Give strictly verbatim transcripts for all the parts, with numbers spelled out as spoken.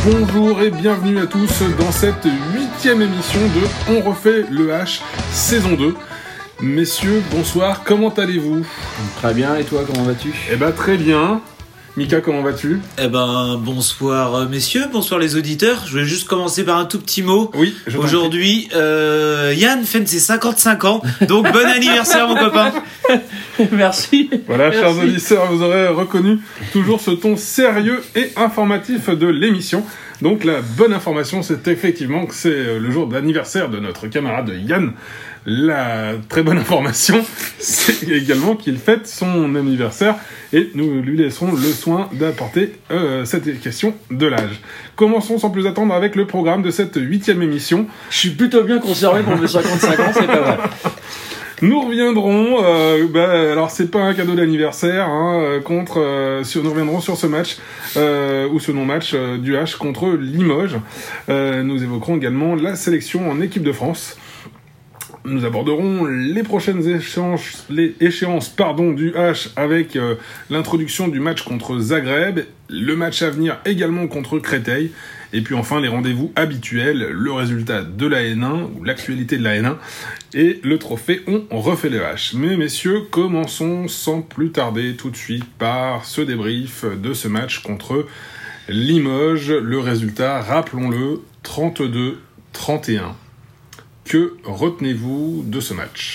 Bonjour et bienvenue à tous dans cette huitième émission de On refait le H saison deux. Messieurs, bonsoir, comment allez-vous ? Très bien, et toi, comment vas-tu ? Eh ben très bien. Mika, comment vas-tu ? Eh ben, bonsoir messieurs, bonsoir les auditeurs. Je vais juste commencer par un tout petit mot. Oui, je t'en Aujourd'hui, euh, Yann fête ses cinquante-cinq ans, donc bon anniversaire mon copain. Merci. Voilà, Merci. chers auditeurs, vous aurez reconnu toujours ce ton sérieux et informatif de l'émission. Donc la bonne information, c'est effectivement que c'est le jour d'anniversaire de notre camarade Yann. La très bonne information, c'est également qu'il fête son anniversaire et nous lui laisserons le soin d'apporter euh, cette question de l'âge. Commençons sans plus attendre avec le programme de cette huitième émission. Je suis plutôt bien conservé pour mes cinquante-cinq ans, c'est pas mal. Nous reviendrons, euh, bah, alors c'est pas un cadeau d'anniversaire, hein, euh, contre, euh, sur, nous reviendrons sur ce match, euh, ou ce non-match euh, du H contre Limoges. Euh, nous évoquerons également la sélection en équipe de France. Nous aborderons les prochaines échéances, les échéances pardon, du H avec euh, l'introduction du match contre Zagreb, le match à venir également contre Créteil, et puis enfin les rendez-vous habituels, le résultat de la N un, ou l'actualité de la N un, et le trophée On refait le H. Mais messieurs, commençons sans plus tarder tout de suite par ce débrief de ce match contre Limoges. Le résultat, rappelons-le, trente-deux trente et un. Que retenez-vous de ce match ?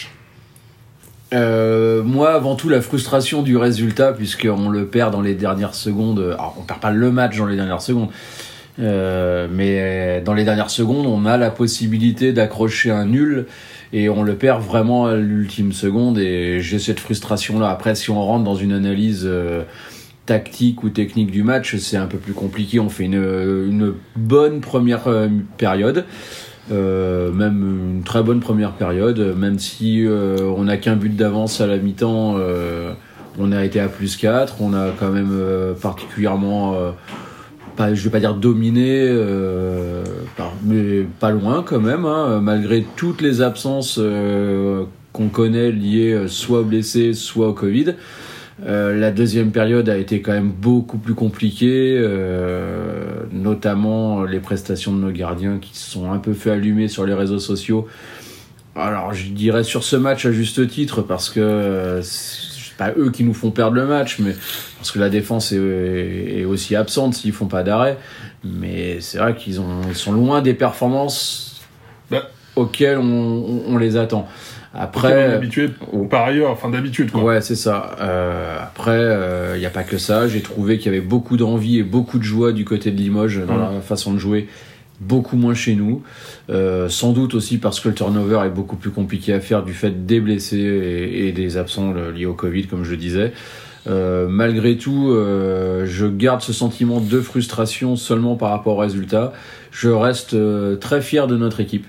Euh, moi, avant tout, la frustration du résultat, puisqu'on le perd dans les dernières secondes. Alors, on perd pas le match dans les dernières secondes, euh, mais dans les dernières secondes, on a la possibilité d'accrocher un nul, et on le perd vraiment à l'ultime seconde, et j'ai cette frustration-là. Après, si on rentre dans une analyse euh, tactique ou technique du match, c'est un peu plus compliqué. On fait une, une bonne première euh, période. Euh, même une très bonne première période, même si euh, on n'a qu'un but d'avance à la mi-temps, euh, on a été à plus quatre, on a quand même euh, particulièrement, euh, pas, je vais pas dire dominé, euh, par, mais pas loin quand même, hein, malgré toutes les absences euh, qu'on connaît liées soit aux blessés, soit au Covid. Euh, la deuxième période a été quand même beaucoup plus compliquée, euh, notamment les prestations de nos gardiens qui se sont un peu fait allumer sur les réseaux sociaux. Alors je dirais sur ce match à juste titre, parce que euh, c'est pas eux qui nous font perdre le match, mais parce que la défense est, est aussi absente s'ils font pas d'arrêt. Mais c'est vrai qu'ils ont, ils sont loin des performances bah. auxquelles on, on, on les attend. Après, on est habitué par ailleurs, enfin d'habitude quoi. Ouais, c'est ça. Euh, après, il euh, n'y a pas que ça. J'ai trouvé qu'il y avait beaucoup d'envie et beaucoup de joie du côté de Limoges dans mmh. la façon de jouer, beaucoup moins chez nous. Euh, sans doute aussi parce que le turnover est beaucoup plus compliqué à faire du fait des blessés et, et des absents liés au Covid, comme je le disais. Euh, malgré tout, euh, je garde ce sentiment de frustration seulement par rapport au résultat. Je reste euh, très fier de notre équipe.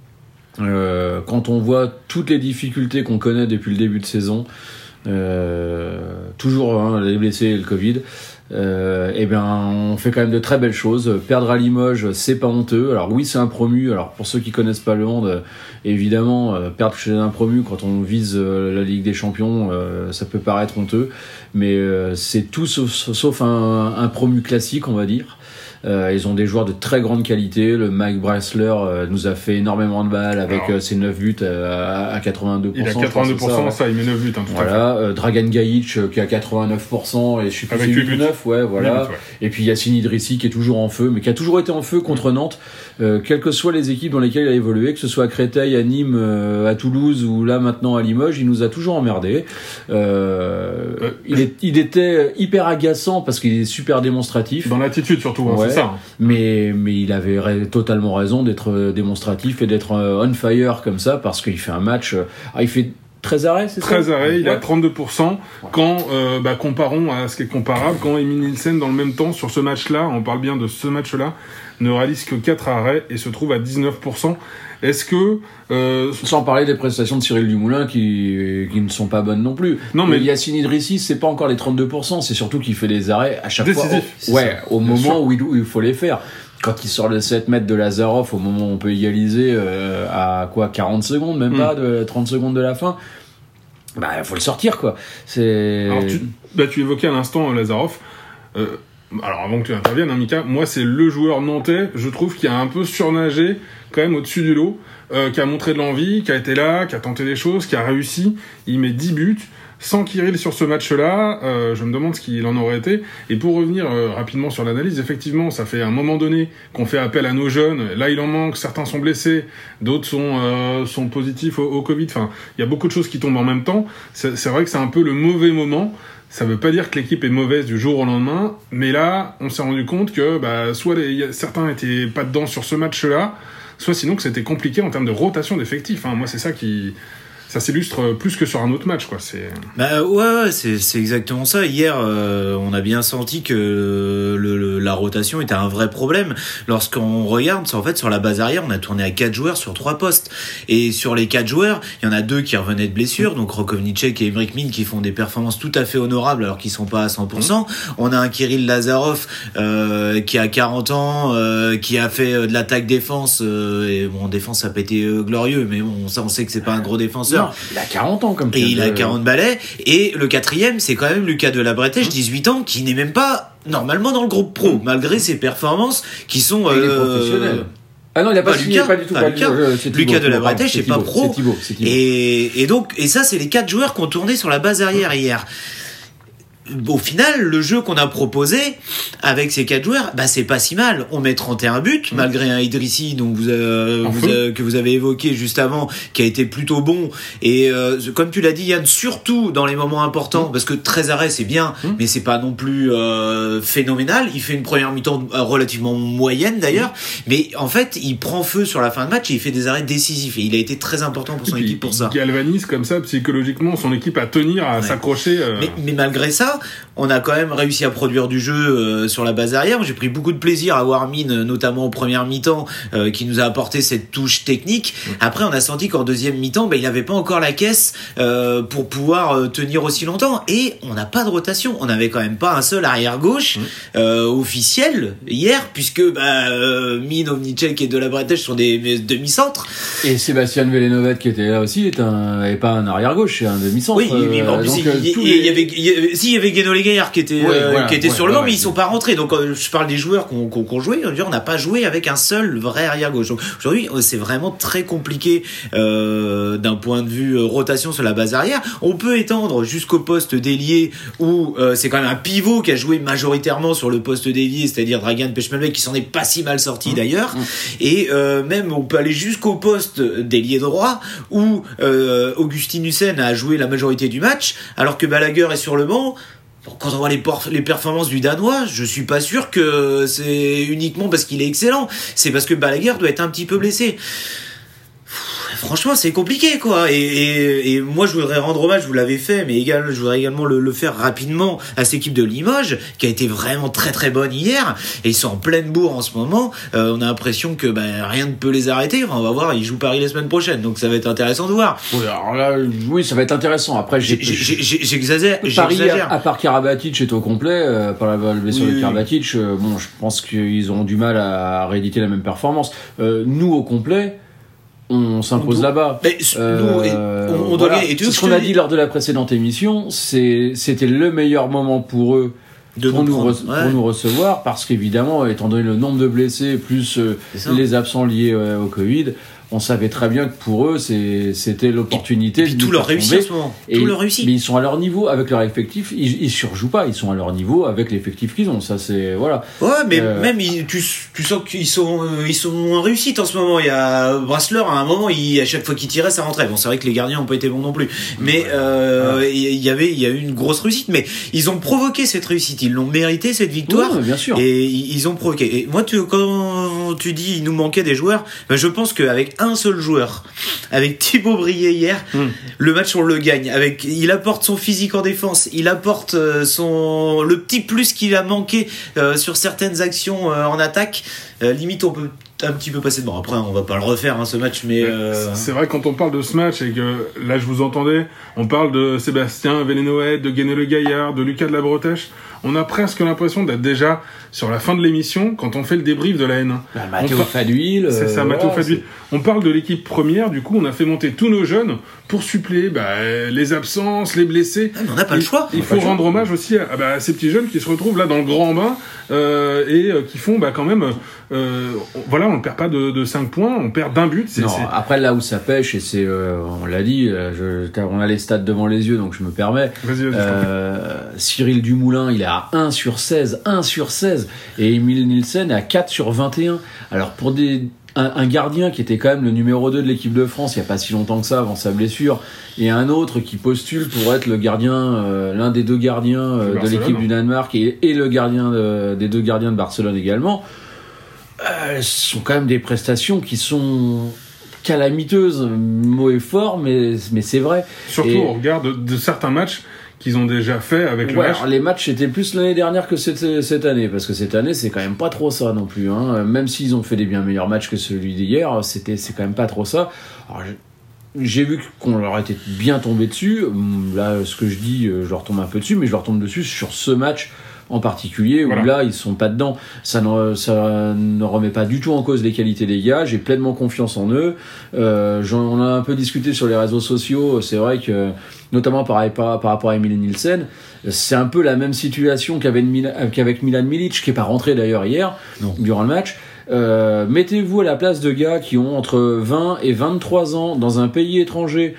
Euh, quand on voit toutes les difficultés qu'on connaît depuis le début de saison, euh, toujours hein, les blessés et le Covid, euh, et ben on fait quand même de très belles choses. Perdre à Limoges, c'est pas honteux. Alors oui, c'est un promu. Alors pour ceux qui connaissent pas le monde, euh, évidemment, euh, perdre chez un promu quand on vise euh, la Ligue des Champions, euh, ça peut paraître honteux, mais euh, c'est tout sauf, sauf un, un promu classique, on va dire. Euh, ils ont des joueurs de très grande qualité. Le Mike Bressler euh, nous a fait énormément de balles avec Alors, euh, ses neuf buts euh, à quatre-vingt-deux pour cent. Il a quatre-vingt-deux pour cent, ça, ça, il met neuf buts. Hein, tout voilà, euh, Dragan Gajic euh, qui a quatre-vingt-neuf pour cent et je sais plus avec c'est huit ou neuf, ouais, voilà. buts, ouais. Et puis Yacine Idrissi qui est toujours en feu, mais qui a toujours été en feu contre mmh. Nantes, euh, quelles que soient les équipes dans lesquelles il a évolué, que ce soit à Créteil, à Nîmes, euh, à Toulouse ou là maintenant à Limoges, il nous a toujours emmerdé. Euh, euh, il, est, il était hyper agaçant parce qu'il est super démonstratif. Dans l'attitude surtout, hein, ouais, c'est ça. Hein. Mais mais il avait ra- totalement raison d'être démonstratif et d'être on fire comme ça, parce qu'il fait un match. Ah, il fait treize arrêts, c'est ça ? treize arrêts, il ouais. a trente-deux pour cent. Ouais. Quand, euh, bah, comparons à ce qui est comparable, quand Emile Nielsen, dans le même temps, sur ce match-là, on parle bien de ce match-là, ne réalise que quatre arrêts et se trouve à dix-neuf pour cent. Est-ce que... Euh... Sans parler des prestations de Cyril Dumoulin qui, qui ne sont pas bonnes non plus. Non, mais Yacine Idrissi, c'est pas encore les trente-deux pour cent, c'est surtout qu'il fait des arrêts à chaque Décisif, fois. Au, ouais, au moment où il, où il faut les faire. Quand il sort le sept mètres de Lazarov, au moment où on peut égaliser euh, à quoi quarante secondes, même mmh. pas, de trente secondes de la fin, bah il faut le sortir quoi. C'est... Alors tu, bah, tu évoquais à l'instant Lazarov. Euh, alors avant que tu interviennes, hein, Mika, moi c'est le joueur nantais, je trouve, qui a un peu surnagé quand même au-dessus du lot, euh, qui a montré de l'envie, qui a été là, qui a tenté des choses, qui a réussi. Il met dix buts. Sans Kirill sur ce match-là, euh, je me demande ce qu'il en aurait été. Et pour revenir euh, rapidement sur l'analyse, effectivement, ça fait un moment donné qu'on fait appel à nos jeunes. Là, il en manque, certains sont blessés, d'autres sont euh, sont positifs au, au Covid. Enfin, il y a beaucoup de choses qui tombent en même temps. C'est, c'est vrai que c'est un peu le mauvais moment. Ça veut pas dire que l'équipe est mauvaise du jour au lendemain, mais là, on s'est rendu compte que bah, soit les, y a, certains étaient pas dedans sur ce match-là, soit sinon que c'était compliqué en termes de rotation d'effectifs. Hein. Moi, c'est ça qui... Ça s'illustre plus que sur un autre match, quoi. C'est... Bah ouais, ouais c'est, c'est exactement ça. Hier, euh, on a bien senti que le, le, la rotation était un vrai problème. Lorsqu'on regarde, en fait, sur la base arrière, on a tourné à quatre joueurs sur trois postes. Et sur les quatre joueurs, il y en a deux qui revenaient de blessure, donc Rokovnicek et Emric Min qui font des performances tout à fait honorables alors qu'ils sont pas à cent pour cent. On a un Kirill Lazarov euh, qui a quarante ans, euh, qui a fait de l'attaque-défense. Euh, et bon, en défense, ça a pas été euh, glorieux, mais bon, ça, on sait que c'est pas un gros défenseur. Non, il a quarante ans comme ça. Et il a quarante balais. Et le quatrième, c'est quand même Lucas Delabretèche, dix-huit ans, qui n'est même pas normalement dans le groupe pro, malgré ses performances qui sont... Il est euh, professionnel. Ah non, il a pas, pas signé, Lucas, pas du tout. Pas pas Lucas, euh, c'est Lucas Delabretèche, c'est, c'est pas pro. C'est Thibaut, c'est Thibaut. Et, et donc, et ça, c'est les quatre joueurs qui ont tourné sur la base arrière hier. Au final, le jeu qu'on a proposé avec ces quatre joueurs, bah c'est pas si mal. On met trente et un buts, mmh. malgré un Idrissi dont vous, euh, vous a, que vous avez évoqué juste avant, qui a été plutôt bon. Et euh, comme tu l'as dit, Yann, surtout dans les moments importants, mmh. parce que treize arrêts c'est bien, mmh. mais c'est pas non plus euh, phénoménal. Il fait une première mi-temps relativement moyenne d'ailleurs, mmh. mais en fait, il prend feu sur la fin de match et il fait des arrêts décisifs. Et il a été très important pour son équipe pour ça. Il galvanise comme ça psychologiquement son équipe à tenir, à ouais. s'accrocher. Euh... Mais, mais malgré ça, on a quand même réussi à produire du jeu euh, sur la base arrière. J'ai pris beaucoup de plaisir à voir Mine, notamment en première mi-temps, euh, qui nous a apporté cette touche technique. Après, on a senti qu'en deuxième mi-temps, bah, il n'avait pas encore la caisse euh, pour pouvoir euh, tenir aussi longtemps. Et on n'a pas de rotation. On n'avait quand même pas un seul arrière-gauche euh, officiel hier, puisque bah, euh, Mine, Ovnicek et Delabretèche sont des, des demi-centres. Et Sébastien Velenovet, qui était là aussi, est un, est pas un arrière-gauche, c'est un demi-centre. Oui, mais en plus, il y avait, si, il y avait Guénolé Gaillard qui était, ouais, euh, voilà, qui était ouais, sur le banc, ouais, mais ouais. ils sont pas rentrés. Donc, euh, je parle des joueurs qu'on, qu'on, qu'on jouait. On n'a pas joué avec un seul vrai arrière-gauche. Donc, aujourd'hui, c'est vraiment très compliqué, euh, d'un point de vue euh, rotation sur la base arrière. On peut étendre jusqu'au poste d'ailier où, euh, c'est quand même un pivot qui a joué majoritairement sur le poste d'ailier, c'est-à-dire Dragan Pechmelbek, qui s'en est pas si mal sorti mmh. d'ailleurs. Mmh. Et, euh, même, on peut aller jusqu'au poste d'ailier droit où, euh, Augustin Hussein a joué la majorité du match, alors que Balaguer est sur le banc. Quand on voit les, por- les performances du Danois, je suis pas sûr que c'est uniquement parce qu'il est excellent. C'est parce que Balaguer doit être un petit peu blessé. Franchement, c'est compliqué, quoi. Et, et, et moi, je voudrais rendre hommage, vous l'avez fait, mais également, je voudrais également le, le faire rapidement à cette équipe de Limoges, qui a été vraiment très très bonne hier. Et ils sont en pleine bourre en ce moment. Euh, on a l'impression que ben, rien ne peut les arrêter. Enfin, on va voir, ils jouent Paris la semaine prochaine, donc ça va être intéressant de voir. Oui, alors là, oui, ça va être intéressant. Après, j'ai, j'ai, j'ai, j'ai, j'exagère. Paris, j'exagère. À, à part Karabatic est au complet, euh, par la blessure oui, de Karabatic, euh, bon, je pense qu'ils auront du mal à rééditer la même performance. Euh, nous, au complet, on s'impose on là-bas. Mais, euh, nous, on, on voilà. doit, et c'est ce qu'on a dit lors de la précédente émission. C'est, c'était le meilleur moment pour eux de pour, nous, re- ouais. pour nous recevoir, parce qu'évidemment, étant donné le nombre de blessés, plus euh, les absents liés euh, au Covid, on savait très bien que pour eux, c'est, c'était l'opportunité. Et puis de tout leur réussit en ce moment. Et, tout leur réussit. Mais ils sont à leur niveau avec leur effectif. Ils, ils surjouent pas. Ils sont à leur niveau avec l'effectif qu'ils ont. Ça, c'est voilà. Ouais, mais euh... même ils, tu, tu sens qu'ils sont, ils sont en réussite en ce moment. Il y a Brassler à un moment, il, à chaque fois qu'il tirait, ça rentrait. Bon, c'est vrai que les gardiens ont pas été bons non plus. Mais ouais. euh, ouais. il y avait, il y a eu une grosse réussite. Mais ils ont provoqué cette réussite. Ils l'ont mérité cette victoire. Ouais, bien sûr. Et ils ont provoqué. Et moi, tu, quand tu dis il nous manquait des joueurs, ben je pense qu'avec un seul joueur, avec Thibaut Brié hier, mmh. le match on le gagne. Avec, il apporte son physique en défense, il apporte euh, son le petit plus qu'il a manqué euh, sur certaines actions euh, en attaque. Euh, limite on peut un petit peu passer devant. Après on va pas le refaire hein, ce match, mais euh... c'est vrai quand on parle de ce match et que là je vous entendais, on parle de Sébastien Velenovet, de Guéné Le Gaillard, de Lucas Delabretèche. on a presque l'impression d'être déjà sur la fin de l'émission quand on fait le débrief de la N un. Bah, Matteo par... Fadhuil. C'est ça, euh, Matteo voilà, Fadhuil. On parle de l'équipe première, du coup, on a fait monter tous nos jeunes pour suppléer bah, les absences, les blessés. Ah, mais on n'a pas le choix. Il faut rendre hommage aussi à, à, bah, à ces petits jeunes qui se retrouvent là dans le grand bain euh, et euh, qui font bah, quand même. Euh, voilà, on ne perd pas de, de cinq points, on perd d'un but. C'est, non, c'est... Après, là où ça pêche, et c'est, euh, on l'a dit, je, on a les stats devant les yeux, donc je me permets. Vas-y, vas-y, euh, Cyril Dumoulin, il est à un sur seize, un sur seize, et Emile Nielsen est à quatre sur vingt et un. Alors, pour des. Un, un gardien qui était quand même le numéro deux de l'équipe de France il n'y a pas si longtemps que ça avant sa blessure, et un autre qui postule pour être le gardien, euh, l'un des deux gardiens euh, de l'équipe du Danemark et, et le gardien de, des deux gardiens de Barcelone également, euh, ce sont quand même des prestations qui sont calamiteuses. Mot est fort, mais, mais c'est vrai. Surtout et... au regard de, de certains matchs qu'ils ont déjà fait avec ouais, le match. Alors les matchs étaient plus l'année dernière que cette, cette année, parce que cette année c'est quand même pas trop ça non plus, hein. Même s'ils ont fait des bien meilleurs matchs que celui d'hier, c'était, c'est quand même pas trop ça. Alors, j'ai vu qu'on leur était bien tombé dessus. Là, ce que je dis, je leur tombe un peu dessus, mais je leur tombe dessus sur ce match en particulier, où voilà. Là, ils sont pas dedans. Ça ne, ça ne remet pas du tout en cause les qualités des gars. J'ai pleinement confiance en eux. Euh, j'en, on a un peu discuté sur les réseaux sociaux. C'est vrai que, notamment par, par, par rapport à Emile Nielsen, c'est un peu la même situation qu'avec, qu'avec Milan Milic, qui est pas rentré d'ailleurs hier, non. durant le match. Euh, mettez-vous à la place de gars qui ont entre vingt et vingt-trois ans dans un pays étranger,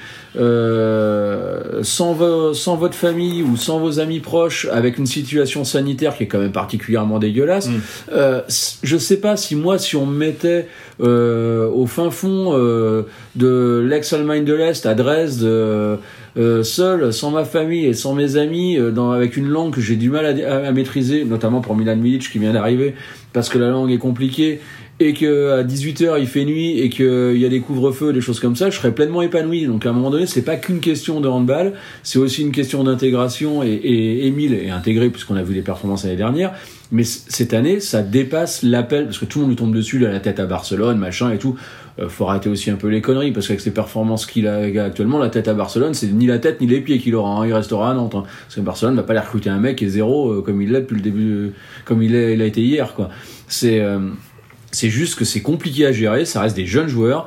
euh, sans, vo- sans votre famille ou sans vos amis proches, avec une situation sanitaire qui est quand même particulièrement dégueulasse. Mmh. Euh, je sais pas si moi, si on me mettait euh, au fin fond euh, de l'ex-Allemagne de l'Est, à Dresde, euh, Euh, seul, sans ma famille et sans mes amis, euh, dans, avec une langue que j'ai du mal à, à, à maîtriser, notamment pour Milan Milic qui vient d'arriver, parce que la langue est compliquée, et qu'à dix-huit heures il fait nuit, et qu'il y a des couvre-feux, des choses comme ça, je serais pleinement épanoui. Donc à un moment donné, c'est pas qu'une question de handball, c'est aussi une question d'intégration, et, et Émile est intégré, puisqu'on a vu les performances l'année dernière, mais c- cette année, ça dépasse l'appel, parce que tout le monde lui tombe dessus, là, la tête à Barcelone, machin et tout. Euh, faut arrêter aussi un peu les conneries, parce qu'avec ses performances qu'il a actuellement, la tête à Barcelone, c'est ni la tête ni les pieds qu'il aura, hein. Il restera à Nantes, hein. Parce que Barcelone va pas aller recruter un mec qui est zéro, euh, comme il l'a depuis le début, euh, comme il, est, il a été hier, quoi. C'est, euh, c'est juste que c'est compliqué à gérer, ça reste des jeunes joueurs,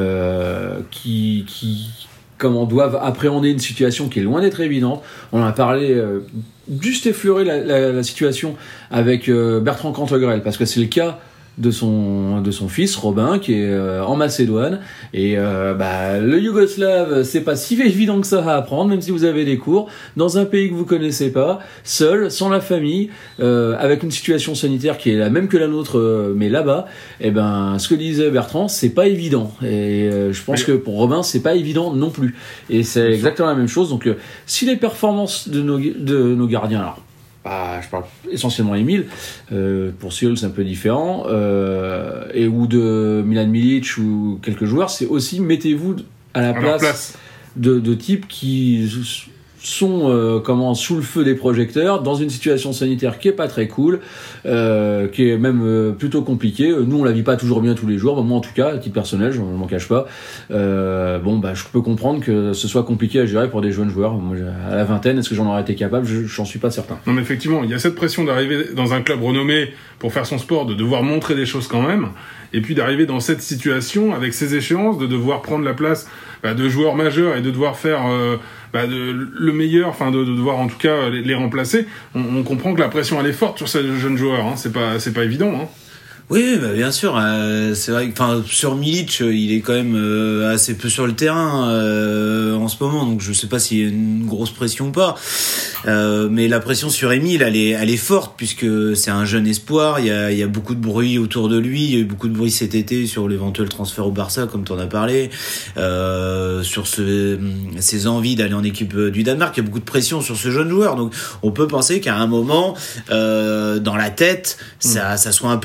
euh, qui, qui, comment, doivent appréhender une situation qui est loin d'être évidente. On en a parlé, euh, juste effleurer la, la, la situation avec euh, Bertrand Cantegrel, parce que c'est le cas de son de son fils Robin, qui est euh, en Macédoine, et euh, bah le yougoslave, c'est pas si évident que ça à apprendre, même si vous avez des cours dans un pays que vous connaissez pas, seul, sans la famille, euh, avec une situation sanitaire qui est la même que la nôtre, euh, mais là-bas, et ben ce que disait Bertrand, c'est pas évident, et euh, je pense oui. que pour Robin c'est pas évident non plus, et c'est exactement la même chose. Donc euh, si les performances de nos de nos gardiens, alors bah, je parle essentiellement Émile, euh, pour Cyril c'est un peu différent, euh, et ou de Milan Milic ou quelques joueurs, c'est aussi mettez-vous à la place, place. De, de types qui sont euh, comment, sous le feu des projecteurs, dans une situation sanitaire qui est pas très cool, euh, qui est même euh, plutôt compliquée. Nous on la vit pas toujours bien tous les jours, moi en tout cas à titre personnel, je m'en cache pas. Euh, bon bah je peux comprendre que ce soit compliqué à gérer pour des jeunes joueurs. Moi, à la vingtaine, est-ce que j'en aurais été capable? Je, j'en suis pas certain. Non mais effectivement, il y a cette pression d'arriver dans un club renommé pour faire son sport, de devoir montrer des choses quand même, et puis d'arriver dans cette situation avec ces échéances, de devoir prendre la place bah, de joueurs majeurs et de devoir faire euh, bah, de, le meilleur, enfin de, de devoir en tout cas les, les remplacer. On, on comprend que la pression elle est forte sur ces jeunes joueurs, hein. C'est pas c'est pas évident, hein. Oui, bah bien sûr. Euh, c'est vrai. Enfin, sur Milic, il est quand même euh, assez peu sur le terrain euh, en ce moment, donc je sais pas s'il y a une grosse pression ou pas. Euh, mais la pression sur Émile, elle est, elle est forte puisque c'est un jeune espoir. Il y a, il y a beaucoup de bruit autour de lui. Il y a eu beaucoup de bruit cet été sur l'éventuel transfert au Barça, comme tu en as parlé, euh, sur ce, ses envies d'aller en équipe du Danemark. Il y a beaucoup de pression sur ce jeune joueur, donc on peut penser qu'à un moment, euh, dans la tête, ça, ça soit un peu plus compliqué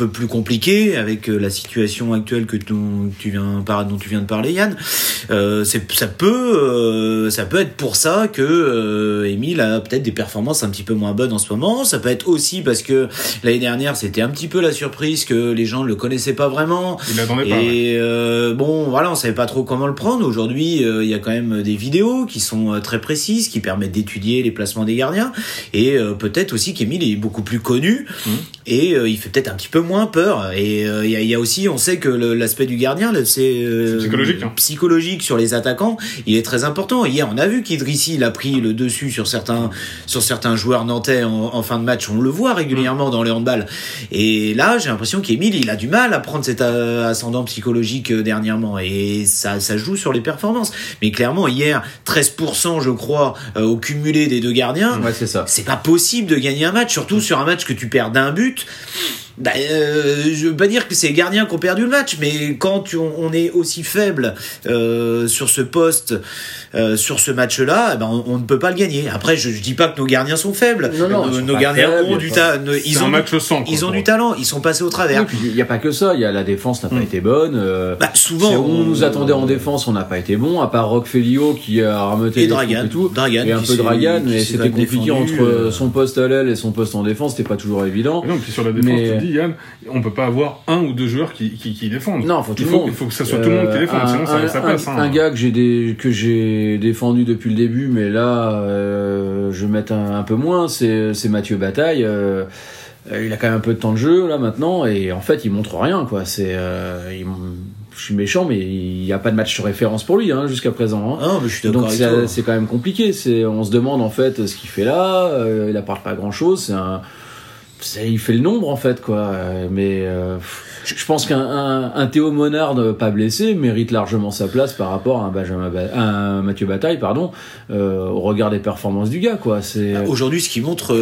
compliqué avec la situation actuelle que tu viens par dont tu viens de parler, Yann. Euh, c'est ça peut euh, ça peut être pour ça que euh, Émile a peut-être des performances un petit peu moins bonnes en ce moment. Ça peut être aussi parce que l'année dernière c'était un petit peu la surprise que les gens ne le connaissaient pas vraiment. Il l'attendait pas. Et euh, bon voilà, on savait pas trop comment le prendre. Aujourd'hui, il euh, y a quand même des vidéos qui sont euh, très précises, qui permettent d'étudier les placements des gardiens. Et euh, peut-être aussi qu'Émile est beaucoup plus connu mmh. et euh, il fait peut-être un petit peu moins peur. Et il euh, y, y a aussi, on sait que le, l'aspect du gardien, c'est, euh, c'est psychologique. Hein. Psychologique sur les attaquants, il est très important. Hier, on a vu qu'Idrissi il a pris le dessus sur certains sur certains joueurs nantais en, en fin de match. On le voit régulièrement dans le handball. Et là, j'ai l'impression qu'Émile, il a du mal à prendre cet ascendant psychologique euh, dernièrement. Et ça, ça joue sur les performances. Mais clairement, hier, treize pour cent, je crois, euh, au cumulé des deux gardiens. Ouais, c'est ça. C'est pas possible de gagner un match, surtout sur un match que tu perds d'un but. Bah, euh, je veux pas dire que c'est les gardiens qui ont perdu le match, mais quand tu, on est aussi faible euh, sur ce poste, euh, sur ce match-là, eh ben on, on ne peut pas le gagner. Après, je, je dis pas que nos gardiens sont faibles. Non, non, nos nos gardiens faibles, ont du talent. Ils ont un match du, sans, ils ont du talent. Ils sont passés au travers. Il n'y a pas que ça. Il y a la défense n'a pas mmh. été bonne. Euh, bah, souvent, on, on nous attendait en défense, on n'a pas été bon. À part Rock Felio qui a rameuté et Dragan, et tout, Dragan et un peu Dragan, mais c'était compliqué défendu, entre euh... son poste à l'aile et son poste en défense. C'était pas toujours évident. Non, puis sur la défense, mais... tu dis Yann, on peut pas avoir un ou deux joueurs qui, qui, qui défendent. Non, faut tout il, le faut, monde. il faut que ça soit euh, tout le monde qui défende, un, sinon ça, un, ça passe. Un, hein. un gars que j'ai, des, que j'ai défendu depuis le début, mais là, euh, je vais mettre un, un peu moins, c'est, c'est Mathieu Bataille. Euh, il a quand même un peu de temps de jeu là maintenant, et en fait, il montre rien, quoi. C'est, euh, il, je suis méchant, mais il n'y a pas de match de référence pour lui hein, jusqu'à présent. Hein. Ah, mais je suis d'accord Donc avec c'est, toi. c'est quand même compliqué. C'est, on se demande en fait ce qu'il fait là. Euh, il apporte pas grand chose. C'est un C'est, il fait le nombre en fait quoi, mais euh, je pense qu'un un, un Théo Monard pas blessé mérite largement sa place par rapport à un Benjamin ba- un Mathieu Bataille pardon euh, au regard des performances du gars quoi. C'est aujourd'hui ce qu'il montre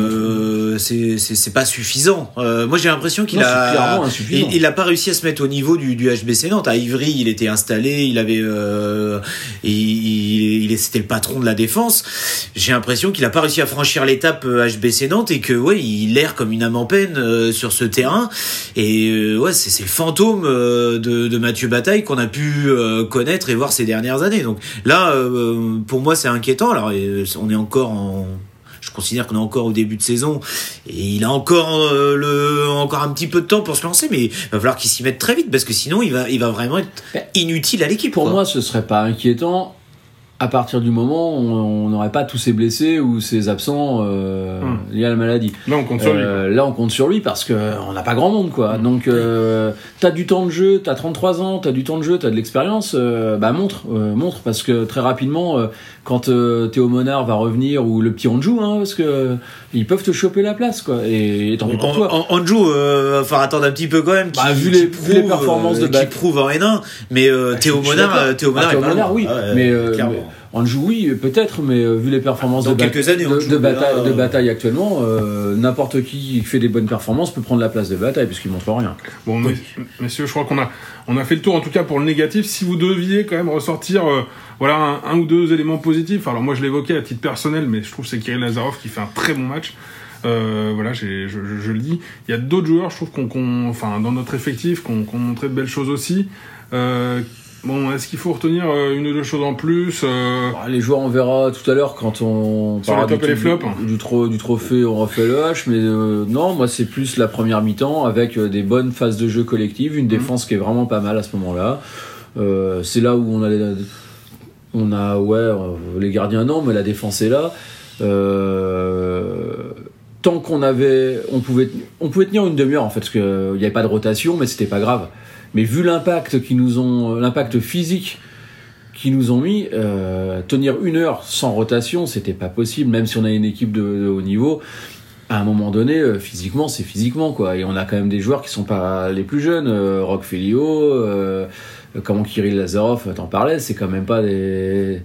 euh, c'est, c'est c'est pas suffisant. Euh, moi j'ai l'impression qu'il non, a il, il a pas réussi à se mettre au niveau du du H B C Nantes. À Ivry il était installé, il avait euh, il, il, il c'était le patron de la défense. J'ai l'impression qu'il a pas réussi à franchir l'étape H B C Nantes et que ouais il erre comme une âme en peine euh, sur ce terrain et euh, ouais c'est, c'est le fantôme euh, de, de Mathieu Bataille qu'on a pu euh, connaître et voir ces dernières années. Donc là euh, pour moi c'est inquiétant. Alors euh, on est encore en je considère qu'on est encore au début de saison et il a encore euh, le encore un petit peu de temps pour se lancer, mais il va falloir qu'il s'y mette très vite parce que sinon il va il va vraiment être inutile à l'équipe. Pour quoi. moi ce serait pas inquiétant à partir du moment où on n'aurait pas tous ces blessés ou ces absents euh, hum. liés à la maladie. Là on compte sur euh, lui. Là on compte sur lui parce que on n'a pas grand monde quoi. Hum. Donc euh, t'as du temps de jeu, t'as trente-trois ans, t'as du temps de jeu, t'as de l'expérience, euh, bah montre, euh, montre parce que très rapidement euh, quand euh, Théo Monard va revenir ou le petit Anjou hein, parce que euh, ils peuvent te choper la place quoi. Et, et tant pis pour toi. En, Anjou euh, va falloir attendre un petit peu quand même. Qui, bah, vu les, prouve, vu les performances euh, de Bat... qui prouve en N un, mais euh, bah, Théo Monard, Théo Monard, ah, Théo Monard oui, ouais, mais, euh, mais Anjou oui peut-être, mais euh, vu les performances dans de, quelques ba- années, de, joue, de, bataille, là, de bataille actuellement, euh, n'importe qui fait des bonnes performances peut prendre la place de Bataille puisqu'il montre rien. Bon oui. Messieurs, je crois qu'on a on a fait le tour en tout cas pour le négatif. Si vous deviez quand même ressortir euh, voilà un, un ou deux éléments positifs, alors moi je l'évoquais à titre personnel, mais je trouve que c'est Kirill Lazarov qui fait un très bon match. Euh, voilà, j'ai, je, je, je le dis. Il y a d'autres joueurs, je trouve qu'on, qu'on enfin dans notre effectif, qu'on, qu'on montré de belles choses aussi. Euh, Bon, est-ce qu'il faut retenir euh, une ou deux choses en plus euh... bah, les joueurs, on verra tout à l'heure quand on sur les top et les flops du, du, tro- du trophée, on refait le H, mais euh, non, moi c'est plus la première mi-temps avec euh, des bonnes phases de jeu collectives, une mmh. défense qui est vraiment pas mal à ce moment-là. Euh, c'est là où on a, les, on a ouais, euh, les gardiens non, mais la défense est là. Euh, tant qu'on avait, on pouvait, on pouvait tenir une demi-heure en fait, parce qu'il n'y avait pas de rotation, mais c'était pas grave. Mais vu l'impact qu'ils nous ont, l'impact physique qu'ils nous ont mis, euh, tenir une heure sans rotation, c'était pas possible. Même si on a une équipe de, de haut niveau, à un moment donné, euh, physiquement, c'est physiquement quoi. Et on a quand même des joueurs qui sont pas les plus jeunes. Euh, Rock Felio, euh, comment Kirill Lazarov, t'en parlais, c'est quand même pas des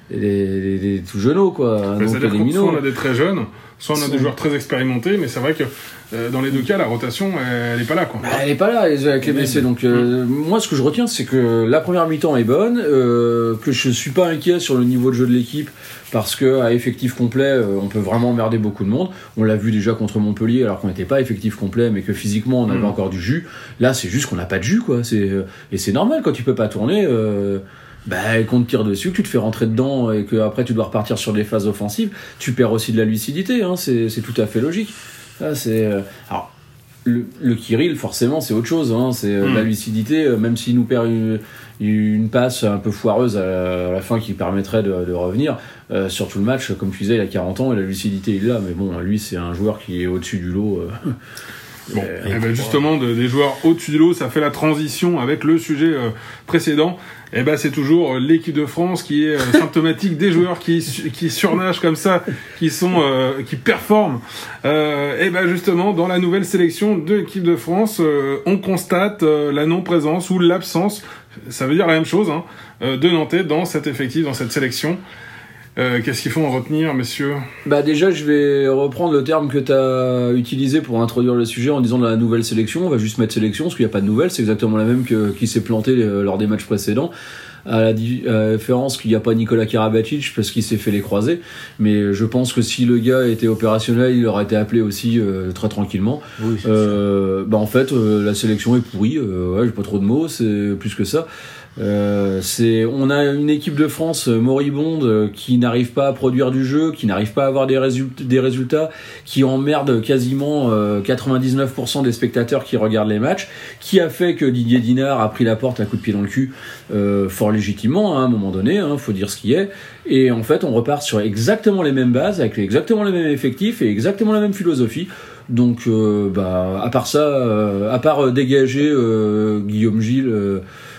les, les, les tout jeuneaux, quoi. Donc, c'est-à-dire que soit on a des très jeunes, soit on a des joueurs très expérimentés, mais c'est vrai que euh, dans les deux cas, la rotation, elle n'est pas là, quoi. Bah, elle n'est pas là avec les blessés. Donc, euh, mmh. moi, ce que je retiens, c'est que la première mi-temps est bonne, euh, que je suis pas inquiet sur le niveau de jeu de l'équipe, parce que à effectif complet, euh, on peut vraiment emmerder beaucoup de monde. On l'a vu déjà contre Montpellier, alors qu'on n'était pas effectif complet, mais que physiquement, on avait mmh. encore du jus. Là, c'est juste qu'on n'a pas de jus, quoi. C'est, euh, et c'est normal, quand tu peux pas tourner... Euh, bah, qu'on te tire dessus, que tu te fais rentrer dedans et que après tu dois repartir sur des phases offensives, tu perds aussi de la lucidité, hein, c'est, c'est tout à fait logique. Là, c'est, euh... Alors, le, le Kirill, forcément, c'est autre chose, hein, c'est euh, mmh. la lucidité, euh, même s'il nous perd une, une passe un peu foireuse à, à la fin qui permettrait de, de revenir, euh, sur tout le match, comme tu disais, il a quarante ans et la lucidité il l'a, mais bon, lui, c'est un joueur qui est au-dessus du lot. Euh... Bon, et ben justement, de, des joueurs au-dessus du lot, ça fait la transition avec le sujet euh, précédent. Et ben c'est toujours l'équipe de France qui est euh, symptomatique des joueurs qui qui surnagent comme ça, qui sont euh, qui performent. Euh, et ben justement, dans la nouvelle sélection de l'équipe de France, euh, on constate euh, la non-présence ou l'absence, ça veut dire la même chose, hein, euh, de Nantais dans cet effectif, dans cette sélection. Euh, qu'est-ce qu'il faut en retenir, messieurs ? Bah déjà, je vais reprendre le terme que tu as utilisé pour introduire le sujet en disant de la nouvelle sélection. On va juste mettre sélection, parce qu'il n'y a pas de nouvelle. C'est exactement la même que qui s'est plantée lors des matchs précédents. À la différence qu'il n'y a pas Nicolas Karabatic parce qu'il s'est fait les croisés. Mais je pense que si le gars était opérationnel, il aurait été appelé aussi euh, très tranquillement. Oui, euh, bah en fait, euh, la sélection est pourrie. Euh, ouais, j'ai pas trop de mots, c'est plus que ça. Euh, c'est, on a une équipe de France moribonde euh, qui n'arrive pas à produire du jeu, qui n'arrive pas à avoir des résultats, des résultats qui emmerde quasiment euh, quatre-vingt-dix-neuf pour cent des spectateurs qui regardent les matchs, qui a fait que Didier Dinard a pris la porte à coup de pied dans le cul, euh, fort légitimement, hein, à un moment donné, hein, faut dire ce qui est. Et en fait, on repart sur exactement les mêmes bases, avec exactement les mêmes effectifs et exactement la même philosophie. Donc, euh, bah, à part ça, euh, à part euh, dégager euh, Guillaume Gilles. Euh,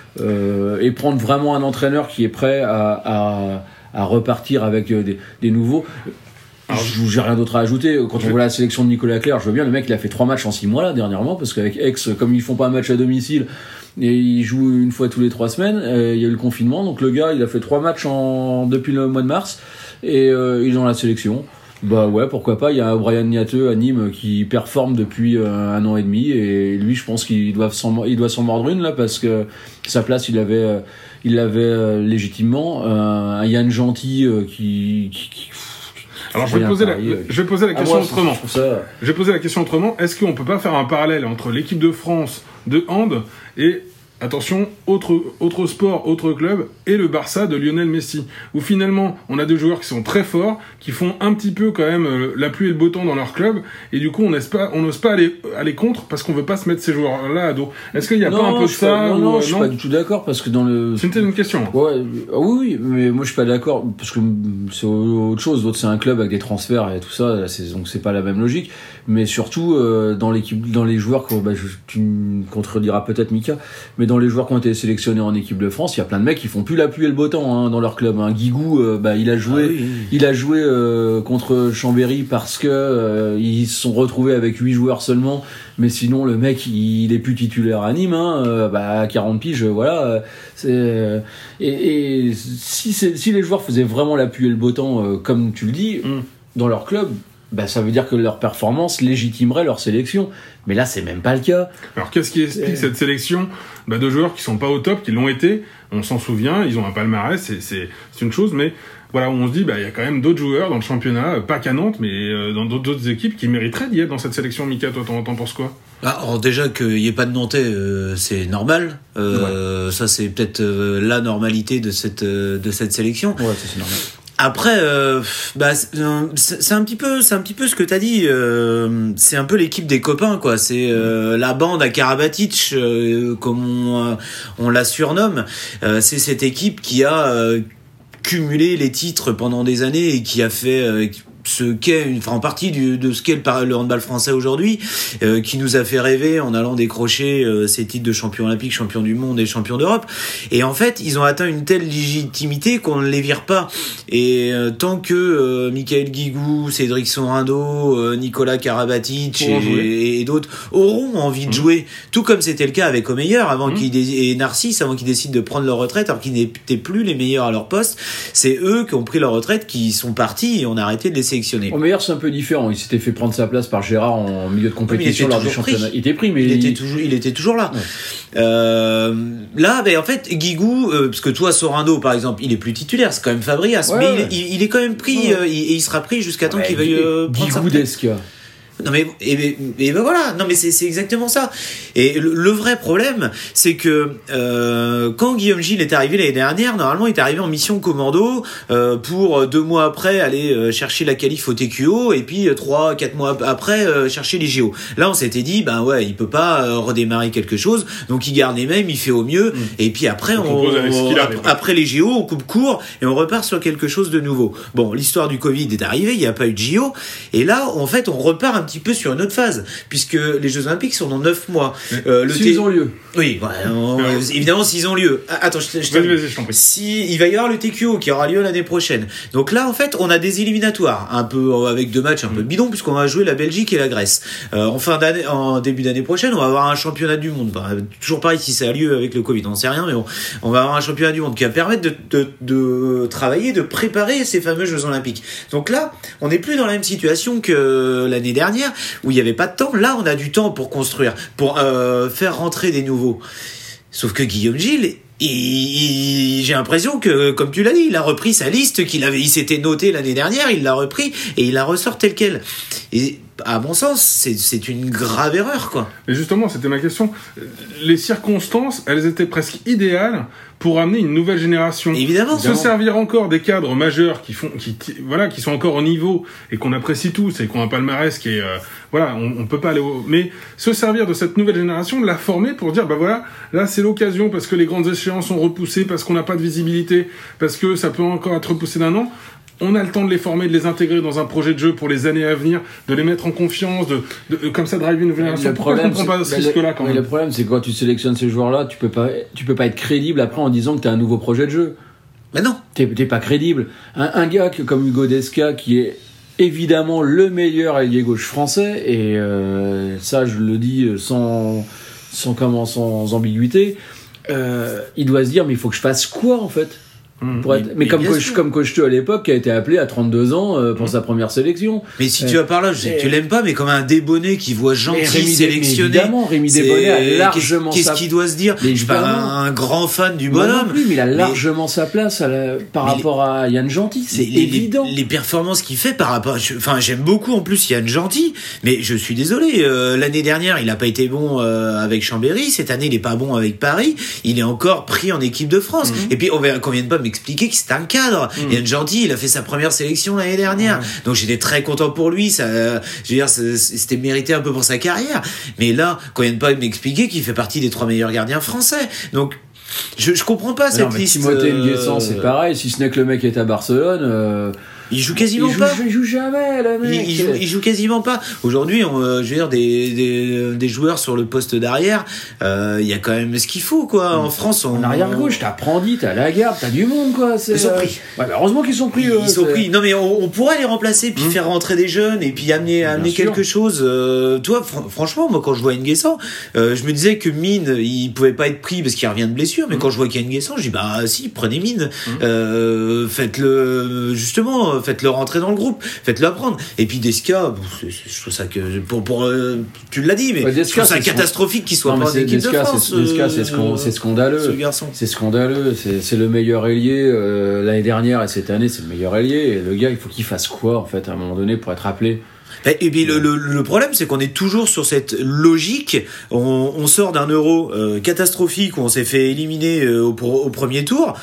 Euh, et prendre vraiment un entraîneur qui est prêt à, à, à repartir avec des, des nouveaux. Alors, j'ai rien d'autre à ajouter. Quand on voit la sélection de Nicolas Clerc, je veux bien, le mec il a fait trois matchs en six mois là dernièrement, parce qu'avec Aix, comme ils font pas un match à domicile et ils jouent une fois tous les trois semaines, euh, il y a eu le confinement, donc le gars il a fait trois matchs en, depuis le mois de mars et euh, il est dans la sélection. Bah ouais, pourquoi pas. Il y a Brian Niateux à Nîmes qui performe depuis euh, un an et demi et lui je pense qu'il doit s'en, il doit s'en mordre une là, parce que sa place il avait euh, il l'avait euh, légitimement. Euh, un Yann Gentil euh, qui, qui, qui alors je vais, poser la, je vais poser la question ah, moi, autrement. Ça... Je vais poser la question autrement. Est-ce qu'on peut pas faire un parallèle entre l'équipe de France de hand et, attention, autre, autre sport, autre club, et le Barça de Lionel Messi, où finalement on a des joueurs qui sont très forts, qui font un petit peu quand même euh, la pluie et le beau temps dans leur club, et du coup on n'ose pas, on n'ose pas aller, aller contre parce qu'on veut pas se mettre ces joueurs-là à dos. Est-ce qu'il y a non, pas un peu de ça pas, Non, ou, non, euh, je suis pas du tout d'accord, parce que dans le... C'était une question. Ouais, oui, oui, mais moi je suis pas d'accord, parce que c'est autre chose, l'autre c'est un club avec des transferts et tout ça, c'est, donc c'est pas la même logique, mais surtout euh, dans l'équipe, dans les joueurs, bah, je, tu me contrediras peut-être Mika, mais dans les joueurs qui ont été sélectionnés en équipe de France, il y a plein de mecs qui font plus la pluie et le beau temps hein, dans leur club. Hein. Guigou, euh, bah, il a joué, ah oui, oui. il a joué euh, contre Chambéry parce que euh, ils se sont retrouvés avec huit joueurs seulement, mais sinon le mec il, il est plus titulaire à Nîmes. Hein, euh, bah, à quarante piges, voilà. Euh, c'est, euh, et, et si, c'est, si les joueurs faisaient vraiment la pluie et le beau temps, euh, comme tu le dis, mm. dans leur club, bah, ça veut dire que leur performance légitimerait leur sélection. Mais là, c'est même pas le cas. Alors, qu'est-ce qui explique c'est... cette sélection bah, de joueurs qui sont pas au top, qui l'ont été? On s'en souvient, ils ont un palmarès, c'est, c'est, c'est une chose, mais voilà, on se dit, bah, il y a quand même d'autres joueurs dans le championnat, pas qu'à Nantes, mais euh, dans d'autres, d'autres équipes qui mériteraient d'y être dans cette sélection. Mika, toi, t'en, t'en penses quoi? Ah, alors déjà qu'il n'y ait pas de Nantais, euh, c'est normal. Euh, ouais. Ça, c'est peut-être euh, la normalité de cette, euh, de cette sélection. Ouais, ça, c'est normal. Après, euh, bah, c'est, c'est un petit peu, c'est un petit peu ce que t'as dit. Euh, c'est un peu l'équipe des copains, quoi. C'est euh, la bande à Karabatic, euh, comme on, on la surnomme. Euh, c'est cette équipe qui a euh, cumulé les titres pendant des années et qui a fait, euh, ce qu'est une, enfin, en partie du, de ce qu'est le, le handball français aujourd'hui, euh, qui nous a fait rêver en allant décrocher euh, ces titres de champion olympique, champion du monde et champion d'Europe. Et en fait, ils ont atteint une telle légitimité qu'on ne les vire pas. Et euh, tant que euh, Michael Guigou, Cédric Sorando, euh, Nicolas Karabatic et, et, et d'autres auront envie de mmh. jouer, tout comme c'était le cas avec Omeyer avant mmh. qu'il dé- et Narcisse avant qu'ils décident de prendre leur retraite alors qu'ils n'étaient plus les meilleurs à leur poste, c'est eux qui ont pris leur retraite, qui sont partis et on a arrêté de les sélectionner. Omeyer, c'est un peu différent. Il s'était fait prendre sa place par Gérard en milieu de compétition lors du championnat. Il était pris, mais il, il... était toujours, il était toujours là. Ouais. Euh, là, ben en fait, Guigou, euh, parce que toi, Sorando, par exemple, il est plus titulaire, c'est quand même Fabrias, ouais, mais ouais. Il, il, il est quand même pris, ouais. euh, et il sera pris jusqu'à temps ouais, qu'il veuille euh, prendre sa retraite. Non mais et, et ben voilà, non mais c'est c'est exactement ça. Et le, le vrai problème, c'est que euh, quand Guillaume Gilles est arrivé l'année dernière, normalement il est arrivé en mission commando euh, pour deux mois après aller euh, chercher la qualif au T Q O et puis euh, trois quatre mois après euh, chercher les J O. Là on s'était dit ben ouais, il peut pas euh, redémarrer quelque chose, donc il garde les mêmes, il fait au mieux mmh. et puis après on, on, on après, après les J O, on coupe court et on repart sur quelque chose de nouveau. Bon, l'histoire du Covid est arrivée, il y a pas eu de J O et là en fait on repart un un petit peu sur une autre phase, puisque les Jeux Olympiques sont dans neuf mois. Euh, le s'ils t... ont lieu. Oui, ouais, on... euh, évidemment s'ils ont lieu. Ah, attends, je, je, vas-y, vas-y, je t'en prie. Si, il va y avoir le T Q O qui aura lieu l'année prochaine. Donc là, en fait, on a des éliminatoires, un peu avec deux matchs un peu bidons, puisqu'on va jouer la Belgique et la Grèce. Euh, en fin d'année, en début d'année prochaine, on va avoir un championnat du monde. Bah, toujours pareil si ça a lieu avec le Covid, on sait rien, mais bon, on va avoir un championnat du monde qui va permettre de, de, de travailler, de préparer ces fameux Jeux Olympiques. Donc là, on n'est plus dans la même situation que l'année dernière, où il y avait pas de temps. Là, on a du temps pour construire, pour euh, faire rentrer des nouveaux. Sauf que Guillaume Gilles, il, il, j'ai l'impression que, comme tu l'as dit, il a repris sa liste qu'il avait, il s'était noté l'année dernière, il l'a repris et il la ressort tel quel. Et à mon sens, c'est, c'est une grave erreur, quoi. Et justement, c'était ma question. Les circonstances, elles étaient presque idéales pour amener une nouvelle génération. Évidemment. Se servir encore des cadres majeurs qui font, qui, voilà, qui sont encore au niveau et qu'on apprécie tous et qu'on a un palmarès qui est, euh, voilà, on, on peut pas aller au, mais se servir de cette nouvelle génération, de la former pour dire, bah voilà, là c'est l'occasion parce que les grandes échéances sont repoussées, parce qu'on n'a pas de visibilité, parce que ça peut encore être repoussé d'un an. On a le temps de les former, de les intégrer dans un projet de jeu pour les années à venir, de les mettre en confiance, de, de, de comme ça driver une nouvelle génération. Pourquoi on ne prend pas ce risque-là quand même ? Le problème, c'est que quand tu sélectionnes ces joueurs-là, tu peux pas, tu peux pas être crédible après en disant que tu as un nouveau projet de jeu. Mais non, t'es, t'es pas crédible. Un, un gars que, comme Hugo Desca, qui est évidemment le meilleur ailier gauche français, et euh, ça, je le dis sans, sans comment, sans ambiguïté. Euh, il doit se dire, mais il faut que je fasse quoi en fait? Pour être... Mais, mais comme, coach, comme Cocheteux à l'époque, qui a été appelé à trente-deux ans euh, pour mmh. sa première sélection. Mais si euh, tu vas par là, je sais que tu l'aimes pas, mais comme un Débonnet qui voit Gentil sélectionné. Évidemment, Rémi Débonnet a largement qu'est-ce, sa... qu'est-ce qu'il doit se dire? Je suis pas un, un grand fan du bonhomme. Non plus, mais il a largement mais... sa place à la... par mais rapport les... à Yann Gentil. C'est les, évident. Les, les performances qu'il fait par rapport. Je... Enfin, j'aime beaucoup en plus Yann Gentil, mais je suis désolé. Euh, l'année dernière, il a pas été bon euh, avec Chambéry. Cette année, il est pas bon avec Paris. Il est encore pris en équipe de France. Mmh. Et puis, on va qu'on vienne pas m'expliquer que c'est un cadre. Mmh. Yann Gentil, il a fait sa première sélection l'année dernière. Mmh. Donc j'étais très content pour lui. Ça, je veux dire, c'était mérité un peu pour sa carrière. Mais là, qu'on vienne pas m'expliquer qu'il fait partie des trois meilleurs gardiens français. Donc, je, je comprends pas cette non, liste. Timothée Nguessan, euh... c'est pareil. Si ce n'est que le mec est à Barcelone. Euh... Il joue quasiment il joue, pas. Il joue jamais, le mec. Il, il, joue, il joue quasiment pas. Aujourd'hui, on, euh, je veux dire, des, des, des joueurs sur le poste d'arrière, il euh, y a quand même ce qu'il faut, quoi. En France, on. En arrière gauche, t'as Prandi, t'as Lagarde, t'as du monde, quoi. C'est, ils sont pris. Ouais, bah heureusement qu'ils sont pris. Ils, euh, ils sont pris. Non, mais on, on pourrait les remplacer, puis mmh. faire rentrer des jeunes, et puis amener, amener quelque chose. Euh, toi, fr- franchement, moi, quand je vois Nguessan, euh, je me disais que Mine, il pouvait pas être pris parce qu'il revient de blessure, mais mmh. quand je vois qu'il y a Nguessan, je dis, bah, si, prenez Mine. Mmh. Euh, faites-le, justement, faites-le rentrer dans le groupe, faites-le apprendre. Et puis Desca, bon, c'est, c'est, je trouve ça que pour, pour euh, tu l'as dit, mais ouais, Desca, je trouve ça catastrophique son... qu'il soit non, pas en équipe Desca, de France. C'est, Desca, c'est, euh, c'est scandaleux. Ce garçon. C'est scandaleux. C'est, c'est le meilleur ailier euh, l'année dernière et cette année, c'est le meilleur ailier. Et le gars, il faut qu'il fasse quoi en fait à un moment donné pour être appelé? Et puis le, le, le problème, c'est qu'on est toujours sur cette logique. On, on sort d'un Euro euh, catastrophique où on s'est fait éliminer euh, au, au premier tour.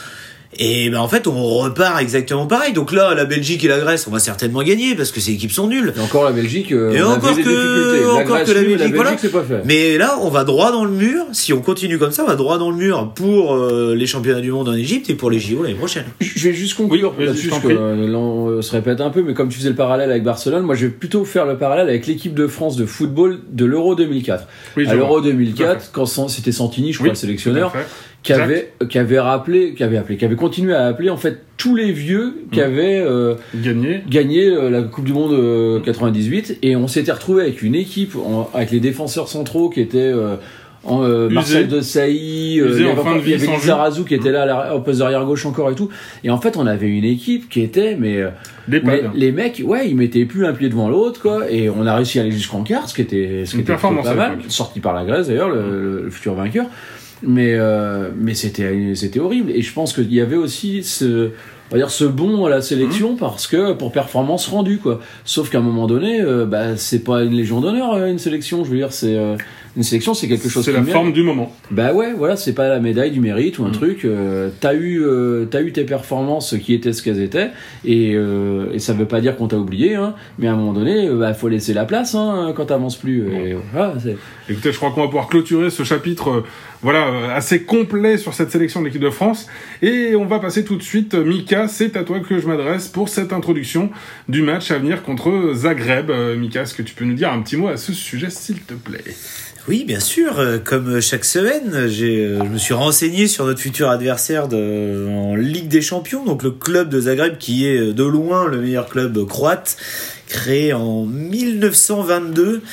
Et ben en fait on repart exactement pareil. Donc là la Belgique et la Grèce on va certainement gagner parce que ces équipes sont nulles. Et encore la Belgique euh, et on encore avait que des difficultés. La encore Grèce, que la Belgique, la Belgique voilà. c'est pas fait. Mais là on va droit dans le mur. Si on continue comme ça on va droit dans le mur pour euh, les championnats du monde en Égypte et pour les J O l'année prochaine. Je vais juste conclure oui, là-dessus parce que euh, là on se répète un peu, mais comme tu faisais le parallèle avec Barcelone, moi je vais plutôt faire le parallèle avec l'équipe de France de football de l'Euro deux mille quatre. Oui, à l'Euro deux mille quatre, quand c'était Santini, je crois, oui, le sélectionneur, qui avait, qui avait rappelé, qui avait appelé, qui avait continué à appeler en fait tous les vieux qui mmh. avaient euh, gagné, gagné euh, la Coupe du Monde euh, quatre-vingt-dix-huit, et on s'était retrouvé avec une équipe, en, avec les défenseurs centraux qui étaient euh, en, euh, Marcel Desailly, euh, il y avait, il y avait Lizarazu qui était là au poste d'arrière gauche encore et tout, et en fait on avait une équipe qui était mais les, les mecs ouais ils mettaient plus un pied devant l'autre quoi, et on a réussi à aller jusqu'en quart, ce qui était ce qui était pas mal, sorti par la Grèce d'ailleurs, le, le, le futur vainqueur. Mais euh, mais c'était c'était horrible, et je pense qu'il y avait aussi ce on va dire ce bond à la sélection mmh. parce que pour performance rendue quoi. Sauf qu'à un moment donné euh, bah c'est pas une légion d'honneur une sélection, je veux dire c'est euh, une sélection c'est quelque chose c'est qui la mérite. Forme du moment. Bah ouais voilà, c'est pas la médaille du mérite ou un mmh. truc euh, t'as eu euh, t'as eu tes performances qui étaient ce qu'elles étaient, et euh, et ça veut pas dire qu'on t'a oublié hein, mais à un moment donné euh, bah faut laisser la place hein quand t'avances plus, et, voilà, c'est... Écoutez, je crois qu'on va pouvoir clôturer ce chapitre euh, voilà assez complet sur cette sélection de l'équipe de France, et on va passer tout de suite. Mika, c'est à toi que je m'adresse pour cette introduction du match à venir contre Zagreb. euh, Mika, est-ce que tu peux nous dire un petit mot à ce sujet s'il te plaît? Oui, bien sûr. Comme chaque semaine, j'ai, je me suis renseigné sur notre futur adversaire de, en Ligue des Champions, donc le club de Zagreb, qui est de loin le meilleur club croate, créé en mille neuf cent vingt-deux.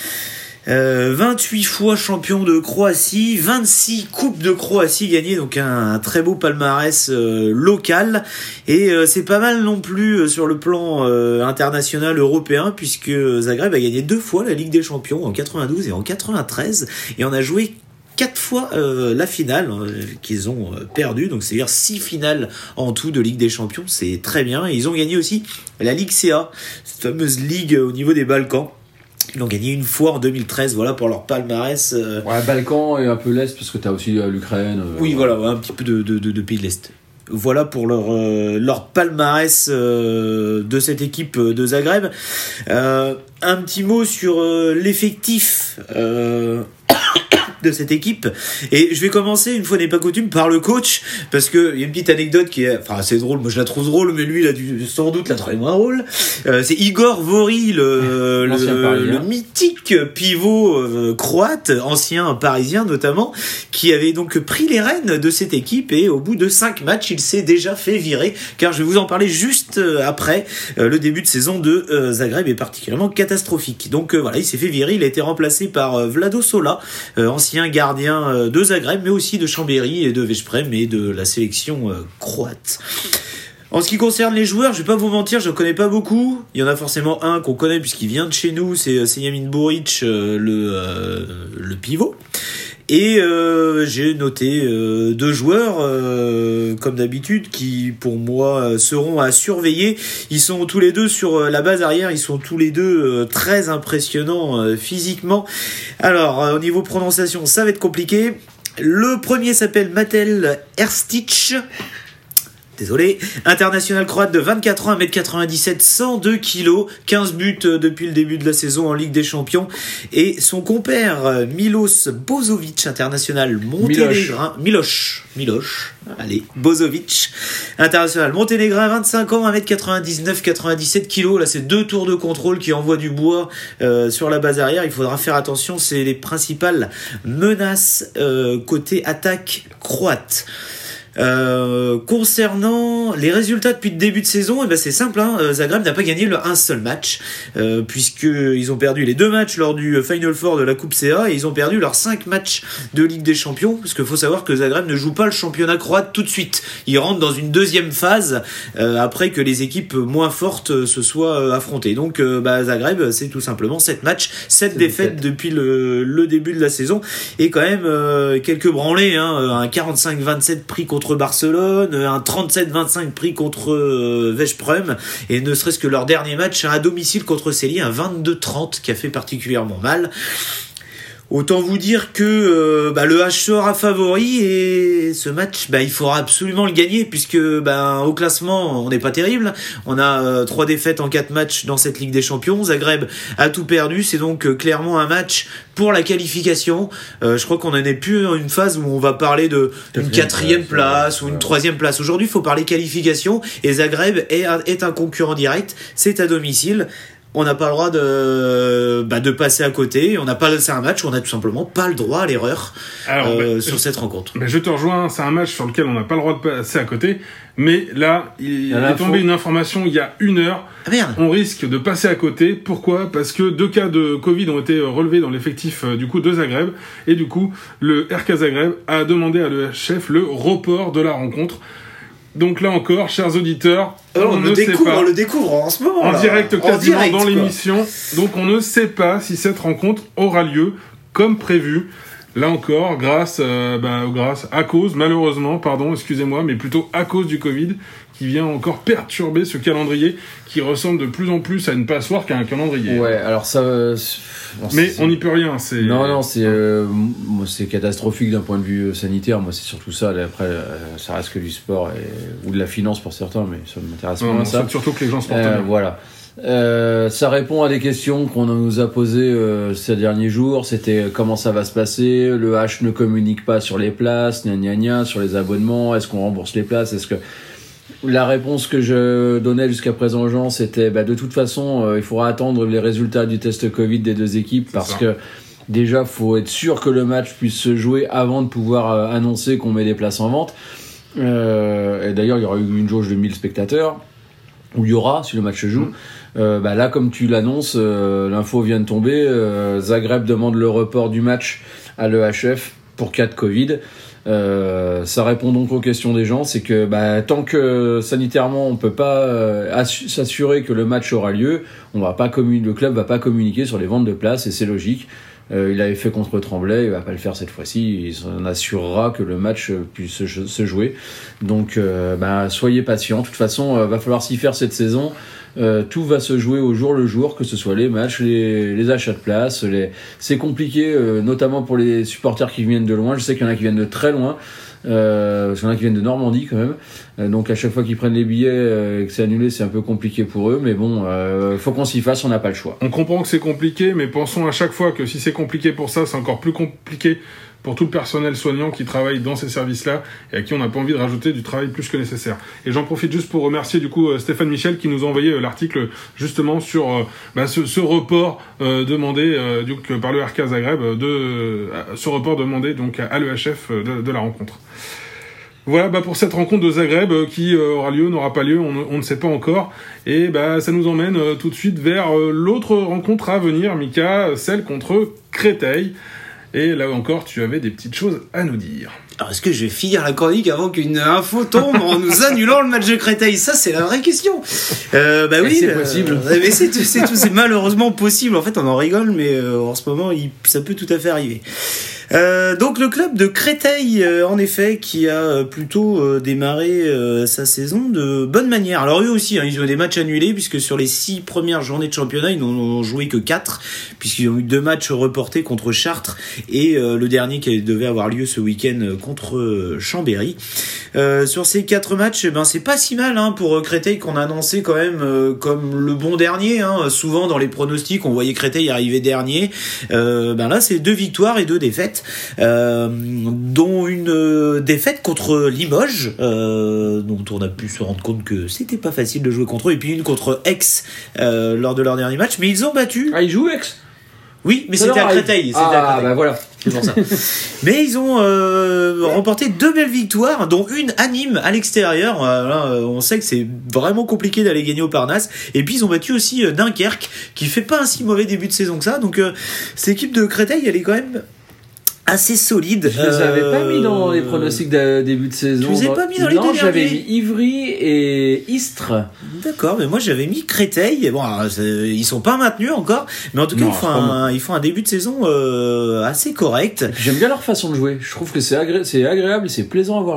Euh, vingt-huit fois champion de Croatie, vingt-six coupes de Croatie gagnées, donc un, un très beau palmarès euh, local, et euh, c'est pas mal non plus euh, sur le plan euh, international européen, puisque Zagreb a gagné deux fois la Ligue des Champions, en quatre-vingt-douze et en quatre-vingt-treize, et on a joué quatre fois euh, la finale euh, qu'ils ont euh, perdu, donc c'est-à-dire six finales en tout de Ligue des Champions, c'est très bien. Et ils ont gagné aussi la Ligue C A, cette fameuse ligue au niveau des Balkans. Ils l'ont gagné une fois en deux mille treize, voilà pour leur palmarès. Euh... Ouais, Balkan et un peu l'Est, parce que t'as aussi euh, l'Ukraine. Euh... Oui, voilà, un petit peu de, de, de, de pays de l'Est. Voilà pour leur, euh, leur palmarès euh, de cette équipe de Zagreb. Euh, un petit mot sur euh, l'effectif euh, de cette équipe, et je vais commencer, une fois n'est pas coutume, par le coach, parce que il y a une petite anecdote qui est, enfin assez drôle, moi je la trouve drôle, mais lui il a dû sans doute la trouver moins drôle. Euh, c'est Igor Vori, le, le, le mythique pivot euh, croate, ancien parisien notamment, qui avait donc pris les rênes de cette équipe, et au bout de cinq matchs il s'est déjà fait virer, car je vais vous en parler juste après. Euh, le début de saison de euh, Zagreb est particulièrement catastrophique, donc euh, voilà, il s'est fait virer. Il a été remplacé par euh, Vlado Sola, euh, ancien gardien de Zagreb, mais aussi de Chambéry et de Veszprém et de la sélection croate. En ce qui concerne les joueurs, je vais pas vous mentir, je ne connais pas beaucoup. Il y en a forcément un qu'on connaît puisqu'il vient de chez nous, c'est Senjamin Buric, le, euh, le pivot. Et euh, j'ai noté euh, deux joueurs, euh, comme d'habitude, qui pour moi seront à surveiller. Ils sont tous les deux sur la base arrière, ils sont tous les deux euh, très impressionnants euh, physiquement. Alors, euh, au niveau prononciation, ça va être compliqué. Le premier s'appelle Matel Erstić. Désolé, international croate de vingt-quatre ans, un mètre quatre-vingt-dix-sept, cent deux kilos, quinze buts depuis le début de la saison en Ligue des Champions. Et son compère Milos Bozovic, international monténégrin, Miloš, Miloš, allez, Bozovic, international monténégrin, vingt-cinq ans, un mètre quatre-vingt-dix-neuf, quatre-vingt-dix-sept kilos. Là, c'est deux tours de contrôle qui envoient du bois euh, sur la base arrière. Il faudra faire attention, c'est les principales menaces euh, côté attaque croate. Euh, concernant les résultats depuis le début de saison, eh ben c'est simple, hein, Zagreb n'a pas gagné le un seul match, euh, puisqu'ils ont perdu les deux matchs lors du Final Four de la Coupe C A, et ils ont perdu leurs cinq matchs de Ligue des Champions, parce qu'il faut savoir que Zagreb ne joue pas le championnat croate tout de suite. Ils rentrent dans une deuxième phase euh, après que les équipes moins fortes se soient euh, affrontées. Donc euh, bah, Zagreb, c'est tout simplement sept matchs, sept défaites défaite. depuis le, le début de la saison, et quand même euh, quelques branlés, hein, un quarante-cinq vingt-sept pris contre Barcelone, un trente-sept vingt-cinq pris contre euh, Veszprém, et ne serait-ce que leur dernier match à domicile contre Celje, un vingt-deux trente qui a fait particulièrement mal. Autant vous dire que euh, bah, le H sera favori et ce match, bah, il faudra absolument le gagner puisque bah, au classement, on n'est pas terrible. On a euh, trois défaites en quatre matchs dans cette Ligue des Champions. Zagreb a tout perdu, c'est donc euh, clairement un match pour la qualification. Euh, je crois qu'on en est plus à une phase où on va parler de une quatrième place, place ou une troisième place. Aujourd'hui, il faut parler qualification et Zagreb est un, est un concurrent direct. C'est à domicile. On n'a pas le droit de bah, de passer à côté. On n'a pas, c'est un match où on n'a tout simplement pas le droit à l'erreur Alors, euh, bah, sur je, cette rencontre. Bah, je te rejoins. C'est un match sur lequel on n'a pas le droit de passer à côté. Mais là, il est tombé une information il y a une heure. Ah merde. On risque de passer à côté. Pourquoi ? Parce que deux cas de Covid ont été relevés dans l'effectif euh, du coup de Zagreb et du coup le R K Zagreb a demandé à l'E H F le report de la rencontre. Donc là encore, chers auditeurs, Alors, on, on ne sait pas. On le découvre en ce moment. En là. direct, quasiment en direct, dans quoi. l'émission. Donc on ne sait pas si cette rencontre aura lieu comme prévu. Là encore, grâce, euh, bah, grâce, à cause, malheureusement, pardon, excusez-moi, mais plutôt à cause du Covid, qui vient encore perturber ce calendrier qui ressemble de plus en plus à une passoire qu'à un calendrier. Ouais, alors ça... Euh, bon, mais on n'y peut rien, c'est... Non, non, c'est, euh, moi, c'est catastrophique d'un point de vue sanitaire, moi c'est surtout ça, là, après euh, ça reste que du sport, et, ou de la finance pour certains, mais ça ne m'intéresse non, pas non, ça. Surtout que les gens se portent euh, bien. Voilà. Euh, ça répond à des questions qu'on nous a posées euh, ces derniers jours. C'était euh, comment ça va se passer. Le H ne communique pas sur les places, gna gna gna, sur les abonnements. Est-ce qu'on rembourse les places ? Est-ce que la réponse que je donnais jusqu'à présent aux gens, c'était bah, de toute façon, euh, il faudra attendre les résultats du test Covid des deux équipes parce que déjà, faut être sûr que le match puisse se jouer avant de pouvoir euh, annoncer qu'on met des places en vente. Euh, et d'ailleurs, il y aura eu une jauge de mille spectateurs. Où il y aura, si le match se joue. Mmh. Euh, bah là, comme tu l'annonces, euh, l'info vient de tomber. Euh, Zagreb demande le report du match à l'E H F pour cas de Covid. Euh, ça répond donc aux questions des gens. C'est que bah, tant que sanitairement on peut pas euh, assu- s'assurer que le match aura lieu, on va pas commun- le club va pas communiquer sur les ventes de places et c'est logique. Euh, il avait fait contre Tremblay, il va pas le faire cette fois-ci. Il s'en assurera que le match puisse se, se jouer. Donc, euh, bah, soyez patients. De toute façon, euh, va falloir s'y faire cette saison. Euh, tout va se jouer au jour le jour, que ce soit les matchs, les, les achats de places. Les... C'est compliqué, euh, notamment pour les supporters qui viennent de loin. Je sais qu'il y en a qui viennent de très loin. Euh, parce qu'il y en a qui viennent de Normandie quand même. Euh, donc à chaque fois qu'ils prennent les billets euh, et que c'est annulé, c'est un peu compliqué pour eux. Mais bon, euh, faut qu'on s'y fasse, on n'a pas le choix. On comprend que c'est compliqué, mais pensons à chaque fois que si c'est compliqué pour ça, c'est encore plus compliqué pour tout le personnel soignant qui travaille dans ces services-là et à qui on n'a pas envie de rajouter du travail plus que nécessaire. Et j'en profite juste pour remercier du coup Stéphane Michel qui nous a envoyé l'article justement sur euh, bah, ce, ce report euh, demandé euh, donc, par le R K Zagreb, de, euh, ce report demandé donc à l'E H F de, de la rencontre. Voilà bah pour cette rencontre de Zagreb euh, qui euh, aura lieu, n'aura pas lieu, on, on ne sait pas encore. Et bah ça nous emmène euh, tout de suite vers euh, l'autre rencontre à venir, Mika, celle contre Créteil. Et là encore, tu avais des petites choses à nous dire. Alors, est-ce que je vais finir la chronique avant qu'une info tombe en nous annulant le match de Créteil ? Ça, c'est la vraie question. Euh, bah oui, c'est euh, possible. Mais c'est, c'est, c'est, c'est malheureusement possible. En fait, on en rigole, mais euh, en ce moment, il, ça peut tout à fait arriver. Euh, donc le club de Créteil, euh, en effet, qui a plutôt euh, démarré euh, sa saison de bonne manière. Alors eux aussi, hein, ils ont des matchs annulés puisque sur les six premières journées de championnat, ils n'ont joué que quatre puisqu'ils ont eu deux matchs reportés contre Chartres et euh, le dernier qui devait avoir lieu ce week-end contre euh, Chambéry. Euh, sur ces quatre matchs, eh ben c'est pas si mal hein, pour Créteil qu'on a annoncé quand même euh, comme le bon dernier. Hein. Souvent dans les pronostics, on voyait Créteil arriver dernier. Euh, ben là, c'est deux victoires et deux défaites. Euh, dont une euh, défaite contre Limoges, euh, dont on a pu se rendre compte que c'était pas facile de jouer contre eux, et puis une contre Aix euh, lors de leur dernier match, mais ils ont battu. Ah, ils jouent Aix ? Oui, mais c'était à Créteil. C'était ah, à Créteil. bah voilà, c'est pour ça. Mais ils ont euh, remporté deux belles victoires, dont une à Nîmes à l'extérieur. Euh, là, on sait que c'est vraiment compliqué d'aller gagner au Parnasse. Et puis ils ont battu aussi euh, Dunkerque, qui fait pas un si mauvais début de saison que ça. Donc euh, cette équipe de Créteil, elle est quand même assez solide. Je les avais euh... pas mis dans les pronostics de début de saison. Tu les avais pas mis dans les non, deux j'avais derniers. mis Ivry et Istres. D'accord, mais moi j'avais mis Créteil. Bon, alors, ils sont pas maintenus encore, mais en tout cas non, ils, font un, ils font un début de saison euh, assez correct. J'aime bien leur façon de jouer. Je trouve que c'est, agré- c'est agréable et c'est plaisant à voir jouer.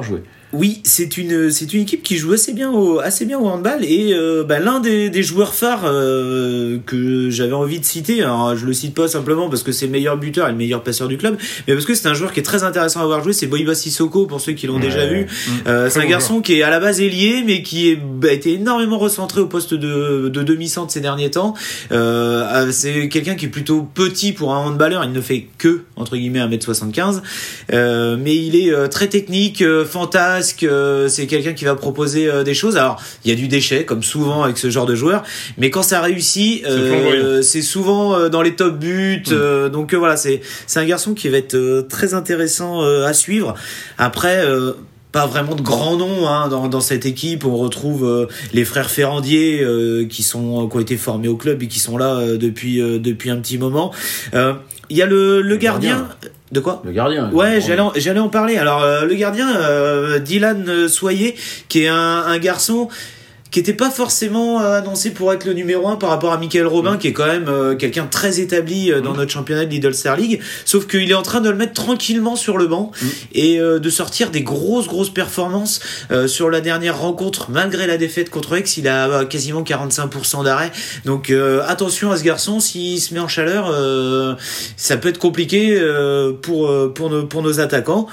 Oui, c'est une c'est une équipe qui joue assez bien au assez bien au handball et euh, bah, l'un des, des joueurs phares euh, que j'avais envie de citer, alors je le cite pas simplement parce que c'est le meilleur buteur et le meilleur passeur du club, mais parce que c'est un joueur qui est très intéressant à avoir joué, c'est Boiba Sissoko pour ceux qui l'ont ouais. déjà vu. Mmh. Euh, c'est un garçon joueur. qui est à la base ailier mais qui est, bah, a été énormément recentré au poste de de demi-centre ces derniers temps. Euh, c'est quelqu'un qui est plutôt petit pour un handballeur, il ne fait que entre guillemets un mètre soixante-quinze, euh, mais il est euh, très technique, euh, fantastique. Que c'est quelqu'un qui va proposer euh, des choses. Alors, il y a du déchet, comme souvent avec ce genre de joueur, mais quand ça réussit, euh, c'est souvent euh, dans les top buts. Mmh. Euh, donc euh, voilà, c'est c'est un garçon qui va être euh, très intéressant euh, à suivre. Après. Euh, Pas vraiment de grands noms hein, dans, dans cette équipe. On retrouve euh, les frères Ferrandier euh, qui sont qui ont été formés au club et qui sont là euh, depuis euh, depuis un petit moment. Il euh, y a le, le, le gardien. gardien. De quoi ? Le gardien. Ouais, le j'allais en, j'allais en parler. Alors euh, le gardien, euh, Dylan Soyer, qui est un, un garçon qui était pas forcément annoncé pour être le numéro un par rapport à Michael Robin, mmh. qui est quand même euh, quelqu'un de très établi euh, dans mmh. notre championnat de Lidl Star League, sauf qu'il est en train de le mettre tranquillement sur le banc mmh. et euh, de sortir des grosses grosses performances euh, sur la dernière rencontre, malgré la défaite contre Aix, il a euh, quasiment quarante-cinq pour cent d'arrêt, donc euh, attention à ce garçon, s'il se met en chaleur, euh, ça peut être compliqué euh, pour, euh, pour, nos, pour nos attaquants.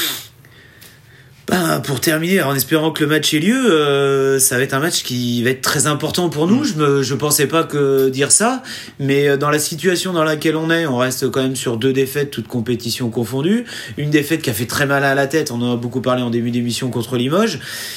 Ben, pour terminer, en espérant que le match ait lieu, euh, ça va être un match qui va être très important pour nous. Je me, je pensais pas que dire ça, mais dans la situation dans laquelle on est, on reste quand même sur deux défaites, toutes compétitions confondues. Une défaite qui a fait très mal à la tête, on en a beaucoup parlé en début d'émission contre Limoges.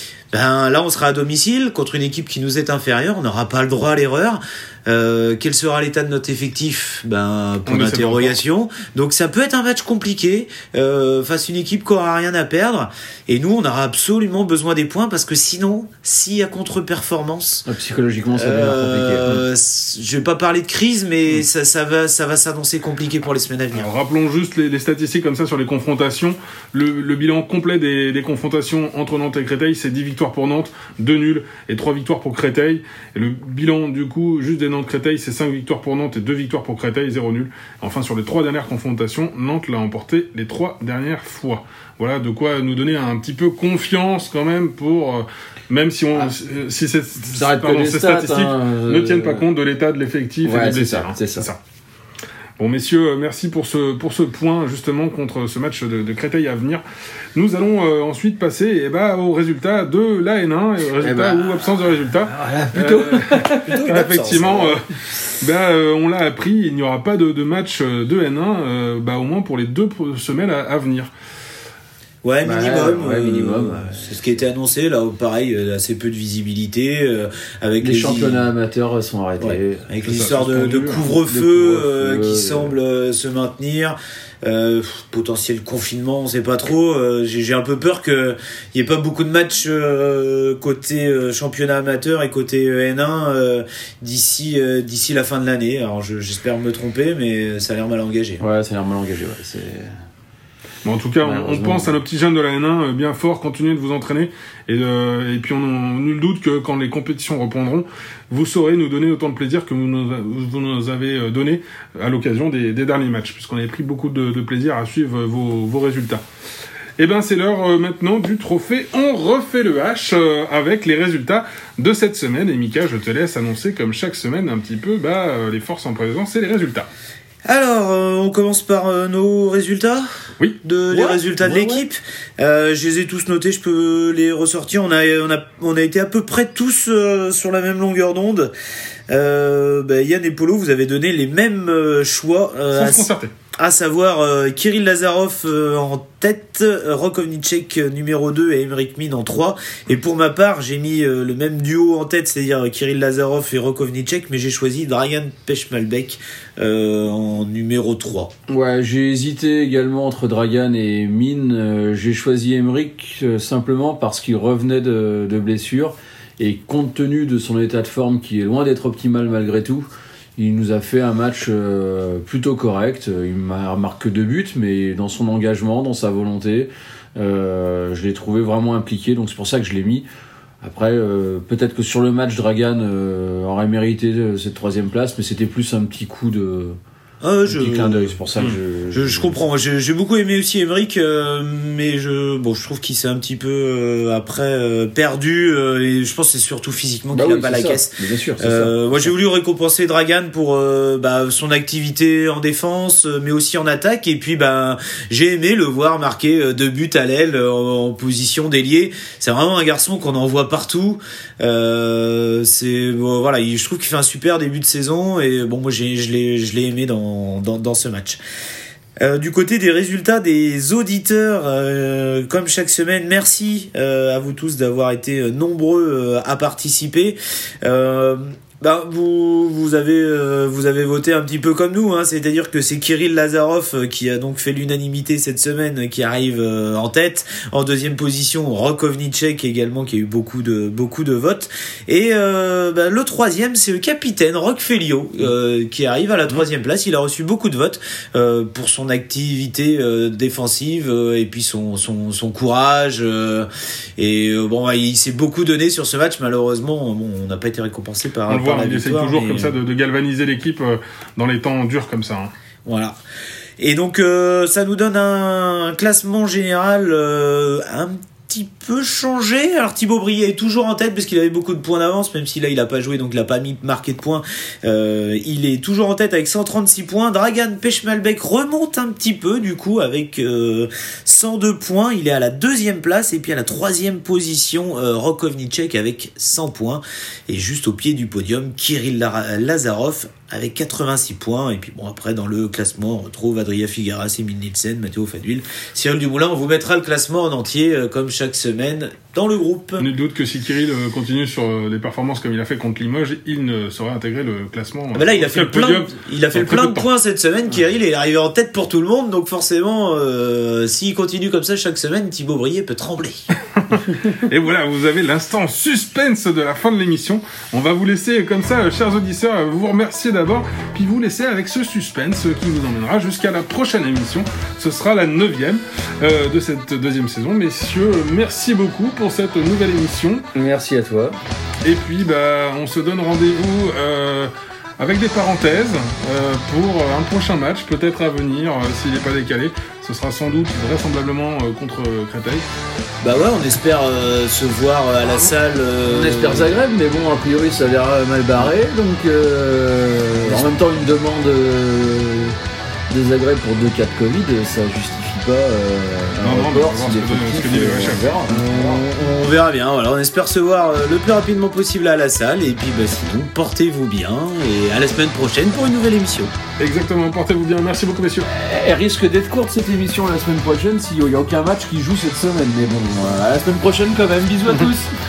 Ben là, on sera à domicile contre une équipe qui nous est inférieure, on n'aura pas le droit à l'erreur. Euh, quel sera l'état de notre effectif ? Ben, pour l'interrogation. Donc ça peut être un match compliqué euh, face à une équipe qui aura rien à perdre. Et nous, on aura absolument besoin des points parce que sinon, s'il y a contre-performance, ah, psychologiquement, ça va euh, compliqué. Je vais pas parler de crise, mais mmh. ça, ça va, ça va s'annoncer compliqué pour les semaines à venir. Alors, rappelons juste les, les statistiques comme ça sur les confrontations. Le, le bilan complet des, des confrontations entre Nantes et Créteil, c'est dix victoires pour Nantes, deux nuls et trois victoires pour Créteil. Et le bilan du coup, juste des Nantes-Créteil, c'est cinq victoires pour Nantes et deux victoires pour Créteil, zéro nul. Enfin, sur les trois dernières confrontations, Nantes l'a emporté les trois dernières fois. Voilà de quoi nous donner un petit peu confiance quand même pour... Euh, même si, on, ah, si c'est, ça pardon, ces stats, statistiques hein, ne tiennent pas compte de l'état de l'effectif ouais, et des blessés. C'est, c'est, c'est ça. Bon, messieurs, merci pour ce, pour ce point, justement, contre ce match de, de Créteil à venir. Nous allons euh, ensuite passer eh ben, aux résultats de l'A N un, résultats eh ben, ou absence de résultats. Voilà, plutôt. Euh, plutôt effectivement, euh, ben, euh, on l'a appris, il n'y aura pas de, de match de N un, euh, ben, au moins pour les deux semaines à, à venir. Ouais, minimum. Ouais, ouais, minimum. Euh, c'est ce qui a été annoncé. Là, pareil, assez peu de visibilité. Euh, avec les, les championnats i... amateurs sont arrêtés. Ouais, avec l'histoire de, de couvre-feu euh, qui semble euh, se maintenir. Euh, potentiel confinement, on sait pas trop. Euh, j'ai, j'ai un peu peur qu'il y ait pas beaucoup de matchs euh, côté euh, championnat amateur et côté N un euh, d'ici euh, d'ici la fin de l'année. Alors, je, j'espère me tromper, mais ça a l'air mal engagé. Ouais, ça a l'air mal engagé. Ouais, c'est... Bon, en tout cas, on, on pense à nos petits jeunes de la N un, euh, bien fort, continuez de vous entraîner. Et, euh, et puis, on n'a nul doute que quand les compétitions reprendront, vous saurez nous donner autant de plaisir que vous nous, vous nous avez donné à l'occasion des, des derniers matchs, puisqu'on avait pris beaucoup de, de plaisir à suivre vos, vos résultats. Et ben, c'est l'heure euh, maintenant du trophée. On refait le H euh, avec les résultats de cette semaine. Et Mika, je te laisse annoncer, comme chaque semaine, un petit peu bah, euh, les forces en présence et les résultats. Alors, euh, on commence par euh, nos résultats. Oui. De ouais, les résultats de ouais, l'équipe. Ouais. Euh, je les ai tous notés, je peux les ressortir. On a, on a, on a été à peu près tous euh, sur la même longueur d'onde. Euh, bah, Yann et Polo, vous avez donné les mêmes euh, choix. Euh, Sans se concerter. À savoir euh, Kirill Lazarov euh, en tête, euh, Rokovnicek euh, numéro deux et Emmerich Min en trois. Et pour ma part, j'ai mis euh, le même duo en tête, c'est-à-dire Kirill Lazarov et Rokovnicek, mais j'ai choisi Dragan Pechmalbek euh, en numéro trois. Ouais, j'ai hésité également entre Dragan et Min. Euh, j'ai choisi Emmerich euh, simplement parce qu'il revenait de, de blessure. Et compte tenu de son état de forme qui est loin d'être optimal malgré tout, il nous a fait un match euh, plutôt correct. Il m'a marqué deux buts, mais dans son engagement, dans sa volonté, euh, je l'ai trouvé vraiment impliqué. Donc c'est pour ça que je l'ai mis. Après, euh, peut-être que sur le match, Dragan euh, aurait mérité cette troisième place, mais c'était plus un petit coup de... Euh, je, petit clin d'œil, c'est pour ça que je, je, je comprends. J'ai, j'ai beaucoup aimé aussi Emerick, euh, mais je, bon, je trouve qu'il s'est un petit peu euh, après euh, perdu. Euh, et je pense que c'est surtout physiquement qu'il bah oui, a pas la ça. caisse. Mais bien sûr. C'est euh, ça. Moi, j'ai voulu récompenser Dragan pour euh, bah, son activité en défense, mais aussi en attaque. Et puis, bah, j'ai aimé le voir marquer deux buts à l'aile en, en position d'ailier. C'est vraiment un garçon qu'on envoie partout. Euh, c'est bon, voilà, je trouve qu'il fait un super début de saison. Et bon, moi, j'ai, je l'ai, je l'ai aimé dans Dans, dans ce match. Euh, du côté des résultats des auditeurs, euh, comme chaque semaine, merci euh, à vous tous d'avoir été nombreux euh, à participer. Euh, Bah, vous vous avez euh, vous avez voté un petit peu comme nous, hein, c'est-à-dire que c'est Kirill Lazarov euh, qui a donc fait l'unanimité cette semaine, qui arrive euh, en tête. En deuxième position, Rokovnicek également, qui a eu beaucoup de beaucoup de votes. Et euh, bah, le troisième, c'est le capitaine Rock Felio euh, qui arrive à la troisième place. Il a reçu beaucoup de votes euh, pour son activité euh, défensive euh, et puis son son son courage. Euh, et euh, bon, bah, il s'est beaucoup donné sur ce match. Malheureusement, bon, on n'a pas été récompensé par. On le voit, il essaie toujours mais... comme ça de, de galvaniser l'équipe euh, dans les temps durs comme ça. Hein. Voilà. Et donc euh, ça nous donne un, un classement général euh, un petit peu changé. Alors Thibaut Briet est toujours en tête parce qu'il avait beaucoup de points d'avance, même si là il a pas joué, donc il a pas mis marqué de points. Euh, il est toujours en tête avec cent trente-six points. Dragan Pechmelbeck remonte un petit peu du coup avec euh, cent deux points. Il est à la deuxième place, et puis à la troisième position euh, Rokovnicek avec cent points, et juste au pied du podium Kirill Lazarov avec quatre-vingt-six points. Et puis bon, après dans le classement on retrouve Adrien Figueras, Emile Nielsen, Matteo Fadul, Cyril Dumoulin. On vous mettra le classement en entier euh, comme chaque semaine dans le groupe. Nul doute que si Kirill euh, continue sur euh, les performances comme il a fait contre Limoges, il ne saurait intégrer le classement. Ah bah là il a fait plein de, il a fait plein de points cette semaine. Kirill est arrivé en tête pour tout le monde, donc forcément euh, s'il continue comme ça chaque semaine, Thibaut Briet peut trembler. Et voilà, vous avez l'instant suspense de la fin de l'émission. On va vous laisser comme ça, chers auditeurs, vous remercier d'abord, puis vous laisser avec ce suspense qui vous emmènera jusqu'à la prochaine émission. Ce sera la neuvième euh, de cette deuxième saison. Messieurs, merci beaucoup pour cette nouvelle émission. Merci à toi. Et puis, bah, on se donne rendez-vous euh, avec des parenthèses euh, pour un prochain match, peut-être à venir, euh, s'il n'est pas décalé. Ce sera sans doute vraisemblablement euh, contre euh, Créteil. Bah ouais, on espère euh, se voir à la ah, salle. Euh... On espère Zagreb, mais bon, a priori ça a l'air mal barré. Donc, euh, en même temps, une demande euh, de Zagreb pour deux cas de Covid, ça justifie pas euh, un report. Si on, verra. On, on verra bien. Voilà, on espère se voir euh, le plus rapidement possible à la salle. Et puis, bah, sinon, portez-vous bien. Et à la semaine prochaine pour une nouvelle émission. Exactement, portez-vous bien. Merci beaucoup, messieurs. Elle risque d'être courte cette émission la semaine prochaine s'il n'y a aucun match qui joue cette semaine. Mais bon, à la semaine prochaine quand même. Bisous à tous.